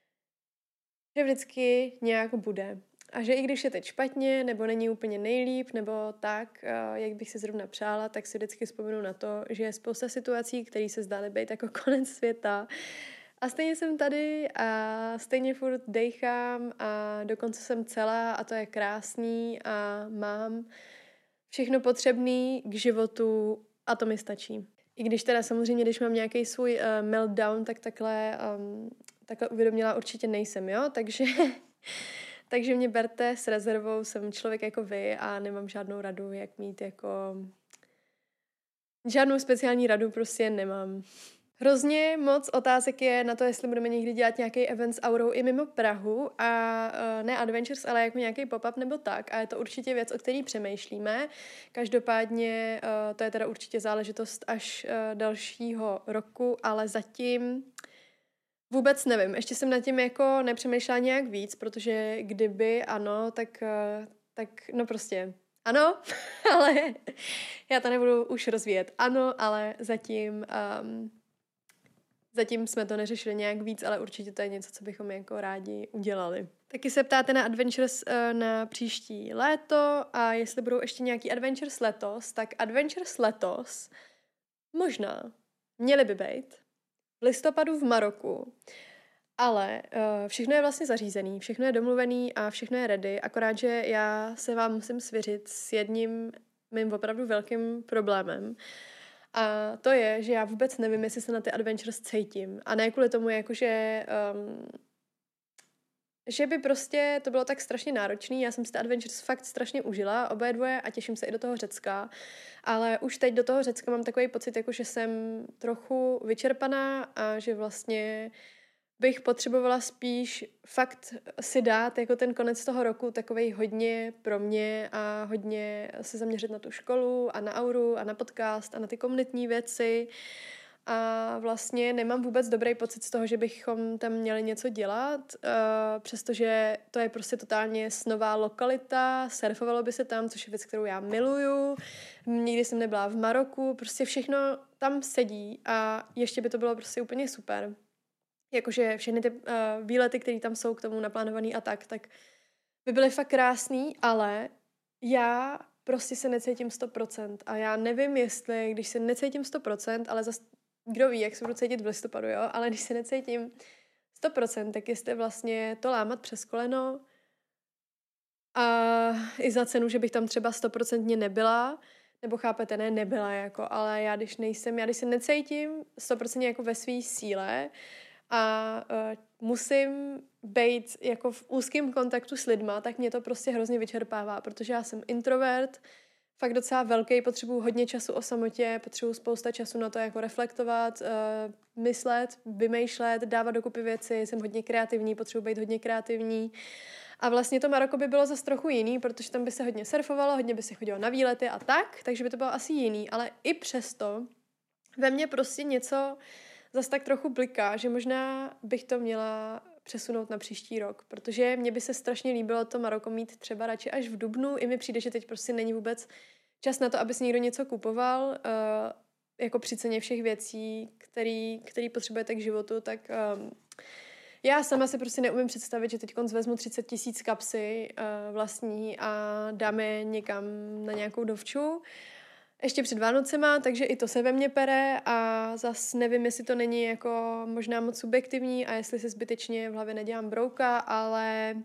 že vždycky nějak bude. A že i když je teď špatně, nebo není úplně nejlíp, nebo tak, jak bych si zrovna přála, tak si vždycky vzpomenu na to, že je spousta situací, které se zdály být jako konec světa. A stejně jsem tady a stejně furt dejchám a dokonce jsem celá a to je krásný a mám všechno potřebné k životu a to mi stačí. I když teda samozřejmě, když mám nějaký svůj uh, meltdown, tak takhle, um, takhle uvědomělá určitě nejsem, jo? Takže, takže mě berte s rezervou, jsem člověk jako vy a nemám žádnou radu, jak mít jako... Žádnou speciální radu prostě nemám. Hrozně moc otázek je na to, jestli budeme někdy dělat nějaký event s Aurou i mimo Prahu a uh, ne Adventures, ale jako nějaký pop-up nebo tak. A je to určitě věc, o který přemýšlíme. Každopádně uh, to je teda určitě záležitost až uh, dalšího roku, ale zatím vůbec nevím. Ještě jsem nad tím jako nepřemýšlela nějak víc, protože kdyby ano, tak, uh, tak no prostě... Ano, ale já to nebudu už rozvíjet. Ano, ale zatím, um, zatím jsme to neřešili nějak víc, ale určitě to je něco, co bychom jako rádi udělali. Taky se ptáte na Adventures uh, na příští léto a jestli budou ještě nějaký Adventures letos, tak Adventures letos možná měly by být v listopadu v Maroku. Ale uh, všechno je vlastně zařízený, všechno je domluvený a všechno je ready, akorát, že já se vám musím svěřit s jedním mým opravdu velkým problémem. A to je, že já vůbec nevím, jestli se na ty Adventures cítím. A ne kvůli tomu, jakože... Um, že by prostě to bylo tak strašně náročný. Já jsem si ty Adventures fakt strašně užila, oboje dvoje, a těším se i do toho Řecka. Ale už teď do toho Řecka mám takový pocit, jako že jsem trochu vyčerpaná a že vlastně... bych potřebovala spíš fakt si dát jako ten konec toho roku takovej hodně pro mě a hodně se zaměřit na tu školu a na Auru a na podcast a na ty komunitní věci a vlastně nemám vůbec dobrý pocit z toho, že bychom tam měli něco dělat, uh, přestože to je prostě totálně snová lokalita, surfovalo by se tam, což je věc, kterou já miluju, nikdy jsem nebyla v Maroku, prostě všechno tam sedí a ještě by to bylo prostě úplně super. Jakože všechny ty uh, výlety, které tam jsou k tomu naplánovaný a tak, tak by byly fakt krásný, ale já prostě se necítím sto procent a já nevím, jestli, když se necítím sto procent, ale zas, kdo ví, jak se budu cítit v listopadu, jo, ale když se necítím sto procent, tak jestli vlastně to lámat přes koleno a i za cenu, že bych tam třeba stoprocentně nebyla, nebo chápete, ne, nebyla jako, ale já když nejsem, já když se necítím sto procent jako ve své síle, a uh, musím být jako v úzkém kontaktu s lidma, tak mě to prostě hrozně vyčerpává, protože já jsem introvert, fakt docela velký, potřebuji hodně času o samotě, potřebuji spousta času na to jako reflektovat, uh, myslet, vymýšlet, dávat dokupy věci, jsem hodně kreativní, potřebuji být hodně kreativní. A vlastně to Maroko by bylo zase trochu jiný, protože tam by se hodně surfovalo, hodně by se chodilo na výlety a tak, takže by to bylo asi jiný, ale i přesto ve mně prostě něco zase tak trochu bliká, že možná bych to měla přesunout na příští rok, protože mně by se strašně líbilo to Maroko mít třeba radši až v dubnu. I mi přijde, že teď prostě není vůbec čas na to, aby si někdo něco kupoval, uh, jako při ceně všech věcí, který, který potřebujete k životu, tak um, já sama si prostě neumím představit, že teď vezmu třicet tisíc kapsy uh, vlastní a dáme někam na nějakou dovču. Ještě před Vánocema, takže i to se ve mně pere a zas nevím, jestli to není jako možná moc subjektivní a jestli se zbytečně v hlavě nedělám brouka, ale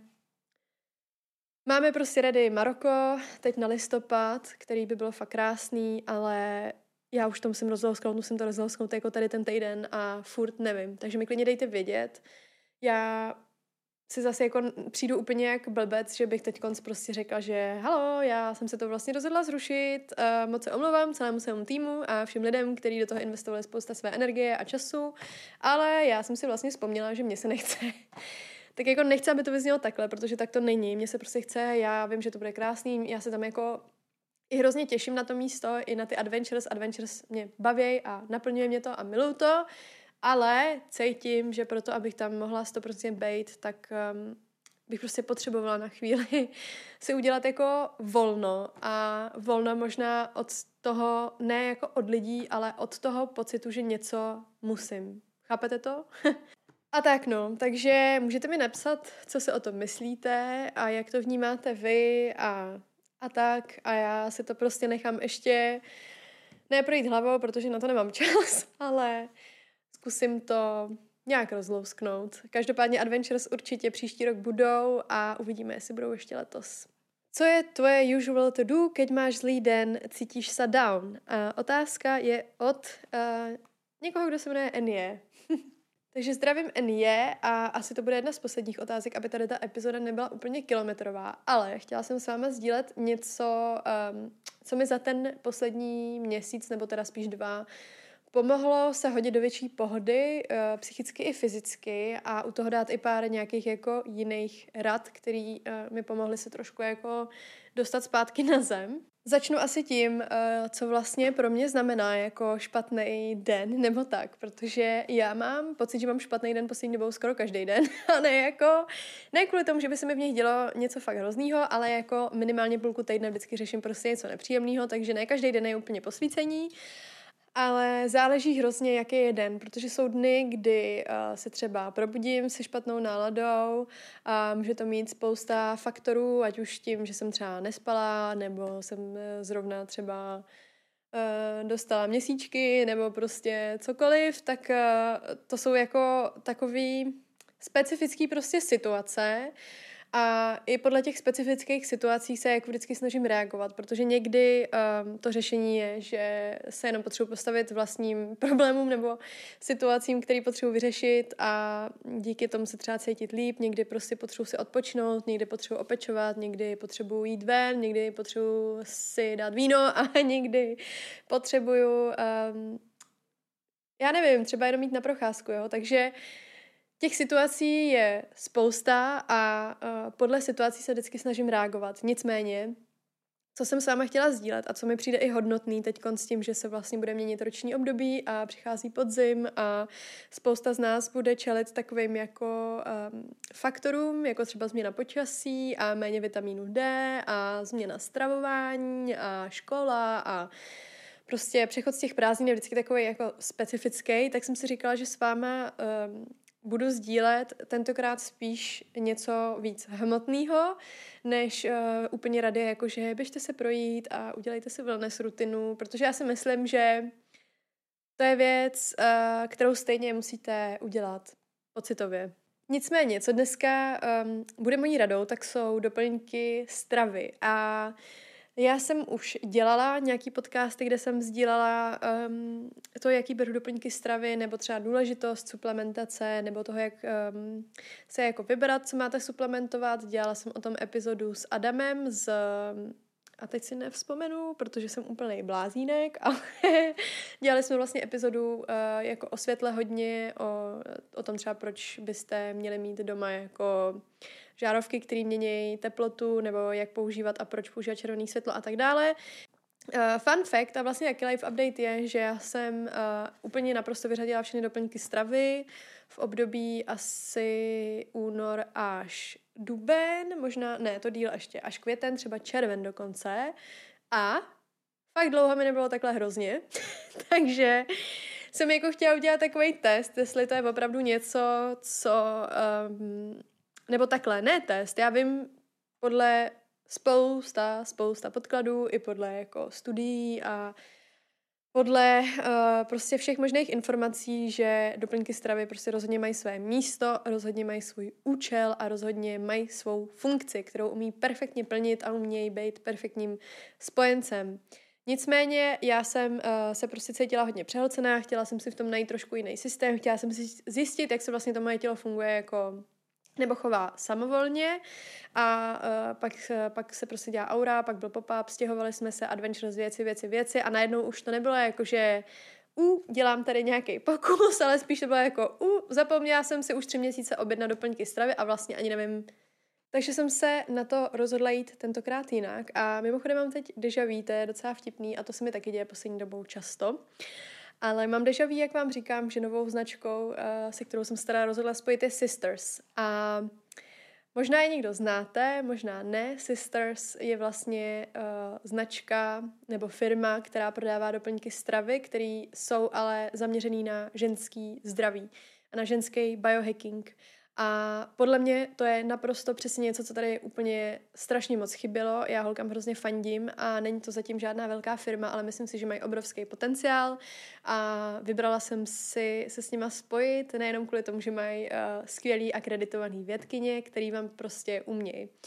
máme prostě ready Maroko, teď na listopad, který by bylo fakt krásný, ale já už to musím rozlousknout, musím to rozlousknout jako tady ten týden a furt nevím, takže mi klidně dejte vědět. Já si zase jako přijdu úplně jak blbec, že bych teď prostě řekla, že halo, já jsem se to vlastně rozhodla zrušit, uh, moc se omlouvám celému svému týmu a všem lidem, kteří do toho investovali spousta své energie a času, ale já jsem si vlastně vzpomněla, že mě se nechce. Tak jako nechci, aby to vyznělo takhle, protože tak to není. Mně se prostě chce, já vím, že to bude krásný, já se tam jako i hrozně těším na to místo, i na ty adventures. Adventures mě baví a naplňuje mě to a miluju to. Ale cítím, že proto, abych tam mohla sto procent být, tak um, bych prostě potřebovala na chvíli si udělat jako volno. A volno možná od toho, ne jako od lidí, ale od toho pocitu, že něco musím. Chápete to? A tak no, takže můžete mi napsat, co si o tom myslíte a jak to vnímáte vy a, a tak. A já si to prostě nechám ještě neprojít hlavou, protože na to nemám čas, ale... zkusím to nějak rozlousknout. Každopádně Adventures určitě příští rok budou a uvidíme, jestli budou ještě letos. Co je tvoje usual to do, keď máš zlý den, cítíš se down? Uh, otázka je od uh, někoho, kdo se jmenuje Enie. Takže zdravím Enie a asi to bude jedna z posledních otázek, aby tady ta epizoda nebyla úplně kilometrová, ale chtěla jsem s váma sdílet něco, um, co mi za ten poslední měsíc, nebo teda spíš dva, pomohlo se hodit do větší pohody, uh, psychicky i fyzicky a u toho dát i pár nějakých jako jiných rad, který uh, mi pomohly se trošku jako dostat zpátky na zem. Začnu asi tím, uh, co vlastně pro mě znamená jako špatný den nebo tak, protože já mám pocit, že mám špatný den poslední dobou skoro každý den a ne jako, ne kvůli tomu, že by se mi v nich dělo něco fakt hroznýho, ale jako minimálně půlku týdne vždycky řeším prostě něco nepříjemného, takže ne každý den je úplně posvícení. Ale záleží hrozně, jaký je den, protože jsou dny, kdy uh, se třeba probudím se špatnou náladou a může to mít spousta faktorů, ať už tím, že jsem třeba nespala, nebo jsem uh, zrovna třeba uh, dostala měsíčky, nebo prostě cokoliv, tak uh, to jsou jako takový specifický prostě situace. A i podle těch specifických situací se jako vždycky snažím reagovat, protože někdy um, to řešení je, že se jenom potřebuji postavit vlastním problémům nebo situacím, které potřebuji vyřešit a díky tomu se třeba cítit líp, někdy prostě potřebuji si odpočinout, někdy potřebuji opečovat, někdy potřebuji jít ven, někdy potřebuji si dát víno a někdy potřebuju, um, já nevím, třeba jenom jít na procházku, jo, takže těch situací je spousta a uh, podle situací se vždycky snažím reagovat. Nicméně, co jsem s váma chtěla sdílet a co mi přijde i hodnotný teď s tím, že se vlastně bude měnit roční období a přichází podzim a spousta z nás bude čelit takovým jako um, faktorům, jako třeba změna počasí a méně vitamínu D a změna stravování a škola a prostě přechod z těch prázdnin je vždycky takový jako specifický, tak jsem si říkala, že s váma um, budu sdílet tentokrát spíš něco víc hmotného, než uh, úplně rady, jakože běžte se projít a udělejte si wellness rutinu, protože já si myslím, že to je věc, uh, kterou stejně musíte udělat pocitově. Nicméně, co dneska um, bude mojí radou, tak jsou doplňky stravy a já jsem už dělala nějaký podcasty, kde jsem sdílala um, to, jaký beru doplňky stravy, nebo třeba důležitost suplementace, nebo toho, jak um, se jako vybrat, co máte suplementovat. Dělala jsem o tom epizodu s Adamem, z, a teď si nevzpomenu, protože jsem úplnej blázínek, ale dělali jsme vlastně epizodu uh, jako o světle hodně, o, o tom třeba, proč byste měli mít doma jako žárovky, které mění teplotu, nebo jak používat a proč používat červené světlo a tak dále. Uh, fun fact a vlastně jaký life update je, že já jsem uh, úplně naprosto vyřadila všechny doplňky stravy v období asi únor až duben, možná, ne, to díl ještě, až květen, třeba červen dokonce. A fakt dlouho mi nebylo takhle hrozně, takže jsem jako chtěla udělat takový test, jestli to je opravdu něco, co... Um, nebo takhle, ne test, já vím podle spousta, spousta podkladů i podle jako studií a podle uh, prostě všech možných informací, že doplňky stravy prostě rozhodně mají své místo, rozhodně mají svůj účel a rozhodně mají svou funkci, kterou umí perfektně plnit a umějí být perfektním spojencem. Nicméně já jsem uh, se prostě cítila hodně přehlcená, chtěla jsem si v tom najít trošku jiný systém, chtěla jsem si zjistit, jak se vlastně to moje tělo funguje jako nebo chová samovolně a uh, pak, uh, pak se prostě dělá aura, pak byl pop-up, stěhovali jsme se, adventures věci, věci, věci a najednou už to nebylo jako, že u, dělám tady nějaký pokus, ale spíš to bylo jako u, zapomněla jsem si už tři měsíce objednat doplňky stravy a vlastně ani nevím. Takže jsem se na to rozhodla jít tentokrát jinak a mimochodem mám teď déjà vu, to je docela vtipný a to se mi taky děje poslední dobou často. Ale mám déjà vu, jak vám říkám, že novou značkou, uh, se kterou jsem se teda rozhodla spojit, je Sisters. A možná je někdo znáte, možná ne. Sisters je vlastně uh, značka nebo firma, která prodává doplňky stravy, které jsou ale zaměřený na ženský zdraví a na ženský biohacking. A podle mě to je naprosto přesně něco, co tady úplně strašně moc chybělo. Já holkám hrozně fandím a není to zatím žádná velká firma, ale myslím si, že mají obrovský potenciál a vybrala jsem si se s nima spojit, nejenom kvůli tomu, že mají uh, skvělý akreditovaný vědkyně, který vám prostě umějí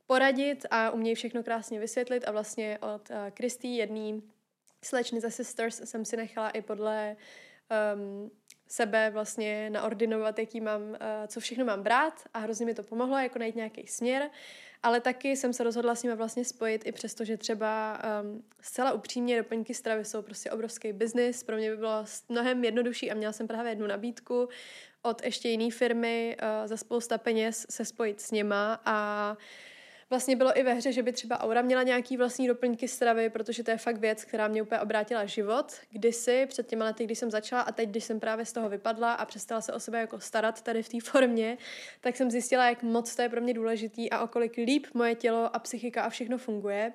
poradit a umějí všechno krásně vysvětlit a vlastně od uh, Kristy, jedný slečny ze Sisters, jsem si nechala i podle um, sebe vlastně naordinovat, jaký mám, uh, co všechno mám brát a hrozně mi to pomohlo, jako najít nějaký směr, ale taky jsem se rozhodla s nimi vlastně spojit i přesto, že třeba um, zcela upřímně doplňky stravy jsou prostě obrovský biznis, pro mě by bylo mnohem jednodušší a měla jsem právě jednu nabídku od ještě jiné firmy uh, za spousta peněz se spojit s něma a vlastně bylo i ve hře, že by třeba Aura měla nějaký vlastní doplňky stravy, protože to je fakt věc, která mě úplně obrátila život. Kdysi, před těma lety, když jsem začala a teď, když jsem právě z toho vypadla a přestala se o sebe jako starat tady v té formě, tak jsem zjistila, jak moc to je pro mě důležitý a o kolik líp moje tělo a psychika a všechno funguje.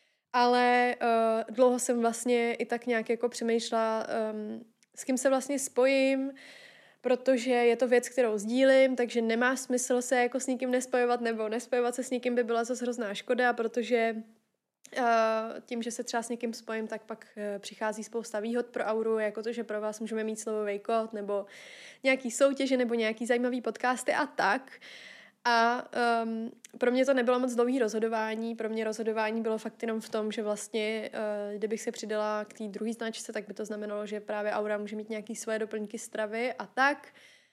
Ale uh, dlouho jsem vlastně i tak nějak jako přemýšlela, um, s kým se vlastně spojím, protože je to věc, kterou sdílím, takže nemá smysl se jako s nikým nespojovat, nebo nespojovat se s někým by byla zase hrozná škoda, protože uh, tím, že se třeba s někým spojím, tak pak uh, přichází spousta výhod pro Auru, jako to, že pro vás můžeme mít slovový kód, nebo nějaký soutěže, nebo nějaký zajímavý podcasty a tak. A um, pro mě to nebylo moc dlouhý rozhodování, pro mě rozhodování bylo fakt jenom v tom, že vlastně, uh, kdybych se přidala k té druhé značce, tak by to znamenalo, že právě Aura může mít nějaké svoje doplňky stravy a tak,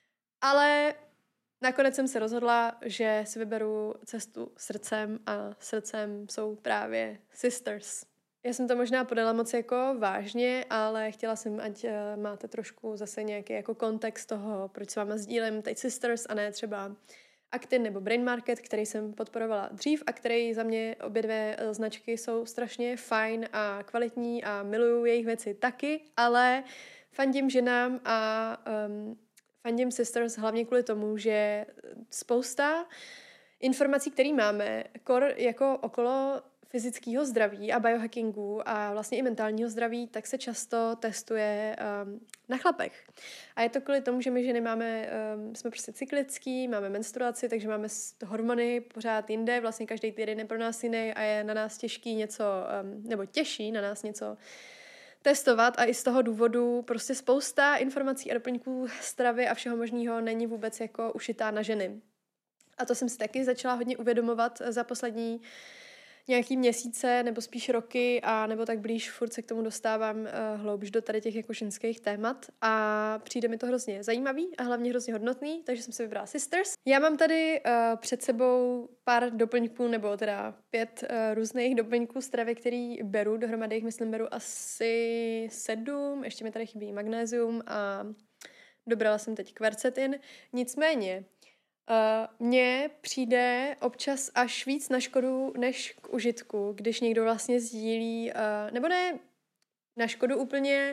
ale nakonec jsem se rozhodla, že si vyberu cestu srdcem a srdcem jsou právě Sisters. Já jsem to možná podala moc jako vážně, ale chtěla jsem, ať uh, máte trošku zase nějaký jako kontext toho, proč s váma sdílím teď Sisters a ne třeba Actin nebo Brain Market, který jsem podporovala dřív a který za mě obě dvě značky jsou strašně fajn a kvalitní a miluju jejich věci taky, ale fandím ženám a um, fandím Sisters hlavně kvůli tomu, že spousta informací, které máme, kor jako okolo fyzického zdraví a biohackingu a vlastně i mentálního zdraví, tak se často testuje um, na chlapech. A je to kvůli tomu, že my ženy máme, um, jsme prostě cyklický, máme menstruaci, takže máme hormony pořád jinde, vlastně každý týden je pro nás jiný a je na nás těžký něco, um, nebo těžší na nás něco testovat a i z toho důvodu prostě spousta informací a doplňků stravy a všeho možného není vůbec jako ušitá na ženy. A to jsem si taky začala hodně uvědomovat za poslední nějaký měsíce, nebo spíš roky, a nebo tak blíž, furt se k tomu dostávám uh, hloubš do tady těch jako ženských témat a přijde mi to hrozně zajímavý a hlavně hrozně hodnotný, takže jsem si vybrala Sisters. Já mám tady uh, před sebou pár doplňků, nebo teda pět uh, různých doplňků stravy, který beru, dohromady jich myslím beru asi sedm, ještě mi tady chybí magnézium a dobrala jsem teď kvercetin, nicméně Uh, mně přijde občas až víc na škodu než k užitku, když někdo vlastně sdílí, uh, nebo ne na škodu úplně,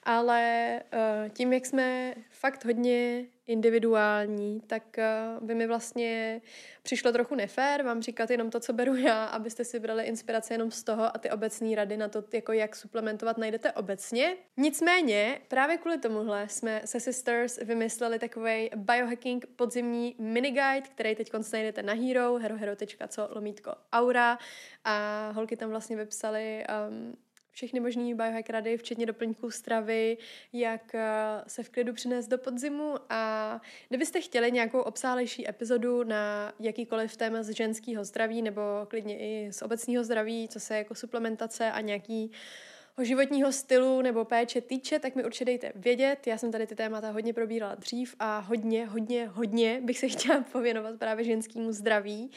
ale uh, tím, jak jsme fakt hodně individuální, tak uh, by mi vlastně přišlo trochu nefér vám říkat jenom to, co beru já, abyste si brali inspiraci jenom z toho a ty obecné rady na to, jako jak suplementovat, najdete obecně. Nicméně, právě kvůli tomuhle jsme se Sisters vymysleli takovej biohacking podzimní miniguide, který teď najdete na Hero, herohero tečka co lomítko Aura a holky tam vlastně vypsali um, všechny možný biohack rady, včetně doplňků stravy, jak se v klidu přinést do podzimu a kdybyste chtěli nějakou obsáhlejší epizodu na jakýkoliv téma z ženského zdraví nebo klidně i z obecného zdraví, co se jako suplementace a nějaký životního stylu nebo péče týče, tak mi určitě dejte vědět. Já jsem tady ty témata hodně probírala dřív a hodně, hodně, hodně bych se chtěla pověnovat právě ženskému zdraví,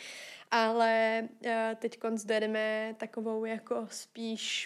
ale teď dojedeme takovou jako spíš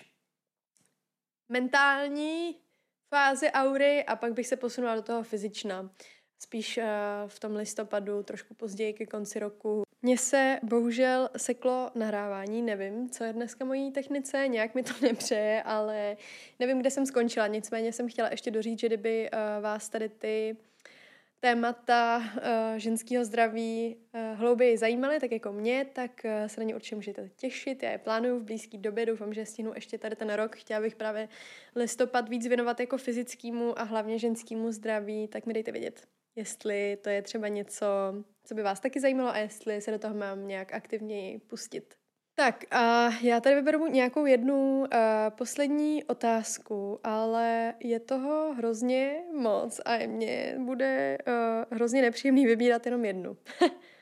mentální fázi Aury a pak bych se posunula do toho fyzična. Spíš uh, v tom listopadu, trošku později ke konci roku. Mně se bohužel seklo nahrávání, nevím, co je dneska mojí technice, nějak mi to nepřeje, ale nevím, kde jsem skončila. Nicméně jsem chtěla ještě doříct, že kdyby uh, vás tady ty témata uh, ženského zdraví uh, hlouběji zajímaly, tak jako mě, tak uh, se na ně určitě můžete těšit. Já je plánuju v blízké době, doufám, že stihnu ještě tady ten rok. Chtěla bych právě listopad víc věnovat jako fyzickému a hlavně ženskému zdraví, tak mi dejte vědět, jestli to je třeba něco, co by vás taky zajímalo a jestli se do toho mám nějak aktivněji pustit. Tak a já tady vyberu nějakou jednu uh, poslední otázku, ale je toho hrozně moc a mně bude uh, hrozně nepříjemný vybírat jenom jednu.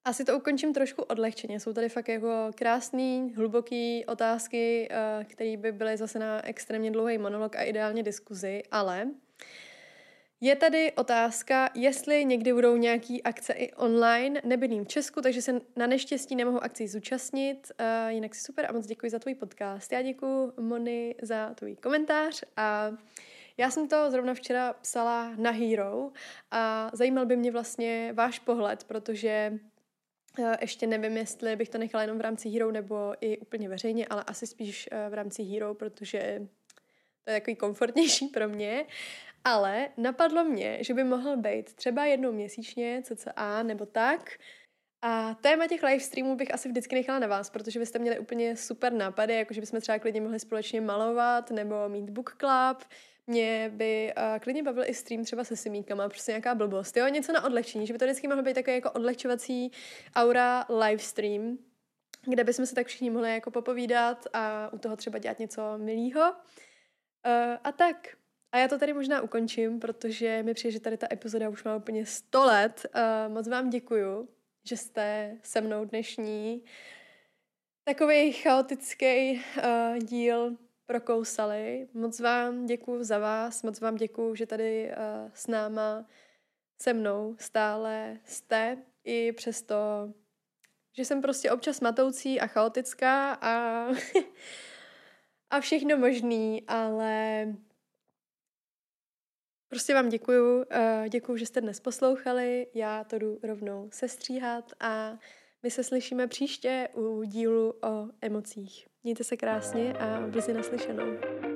Asi to ukončím trošku odlehčeně. Jsou tady fakt jako krásný, hluboký otázky, které by byly zase na extrémně dlouhý monolog a ideálně diskuzi, ale je tady otázka, jestli někdy budou nějaký akce i online. Nebydlím v Česku, takže se na neštěstí nemohu akcí zúčastnit. Uh, jinak si super a moc děkuji za tvůj podcast. Já děkuji, Moni, za tvůj komentář a já jsem to zrovna včera psala na Hero a zajímal by mě vlastně váš pohled, protože uh, ještě nevím, jestli bych to nechala jenom v rámci Hero nebo i úplně veřejně, ale asi spíš uh, v rámci Hero, protože to je takový komfortnější pro mě. Ale napadlo mě, že by mohl být třeba jednou měsíčně, cca, nebo tak. A téma těch live streamů bych asi vždycky nechala na vás, protože vy jste měli úplně super nápady, jako že bychom třeba klidně mohli společně malovat nebo mít book club. Mě by uh, klidně bavil i stream třeba se simíkama, prostě nějaká blbost, jo, něco na odlehčení, že by to vždycky mohlo být takový jako odlehčovací aura live stream, kde bychom se tak všichni mohli jako popovídat a u toho třeba dělat něco milýho. Uh, a tak. A já to tady možná ukončím, protože mi přijde, že tady ta epizoda už má úplně sto let. Uh, moc vám děkuju, že jste se mnou dnešní takovej chaotický uh, díl prokousali. Moc vám děkuju za vás, moc vám děkuju, že tady uh, s náma, se mnou stále jste, i přesto, že jsem prostě občas matoucí a chaotická a, a všechno možný, ale prostě vám děkuju, děkuju, že jste dnes poslouchali, já to jdu rovnou sestříhat a my se slyšíme příště u dílu o emocích. Mějte se krásně a brzy naslyšenou.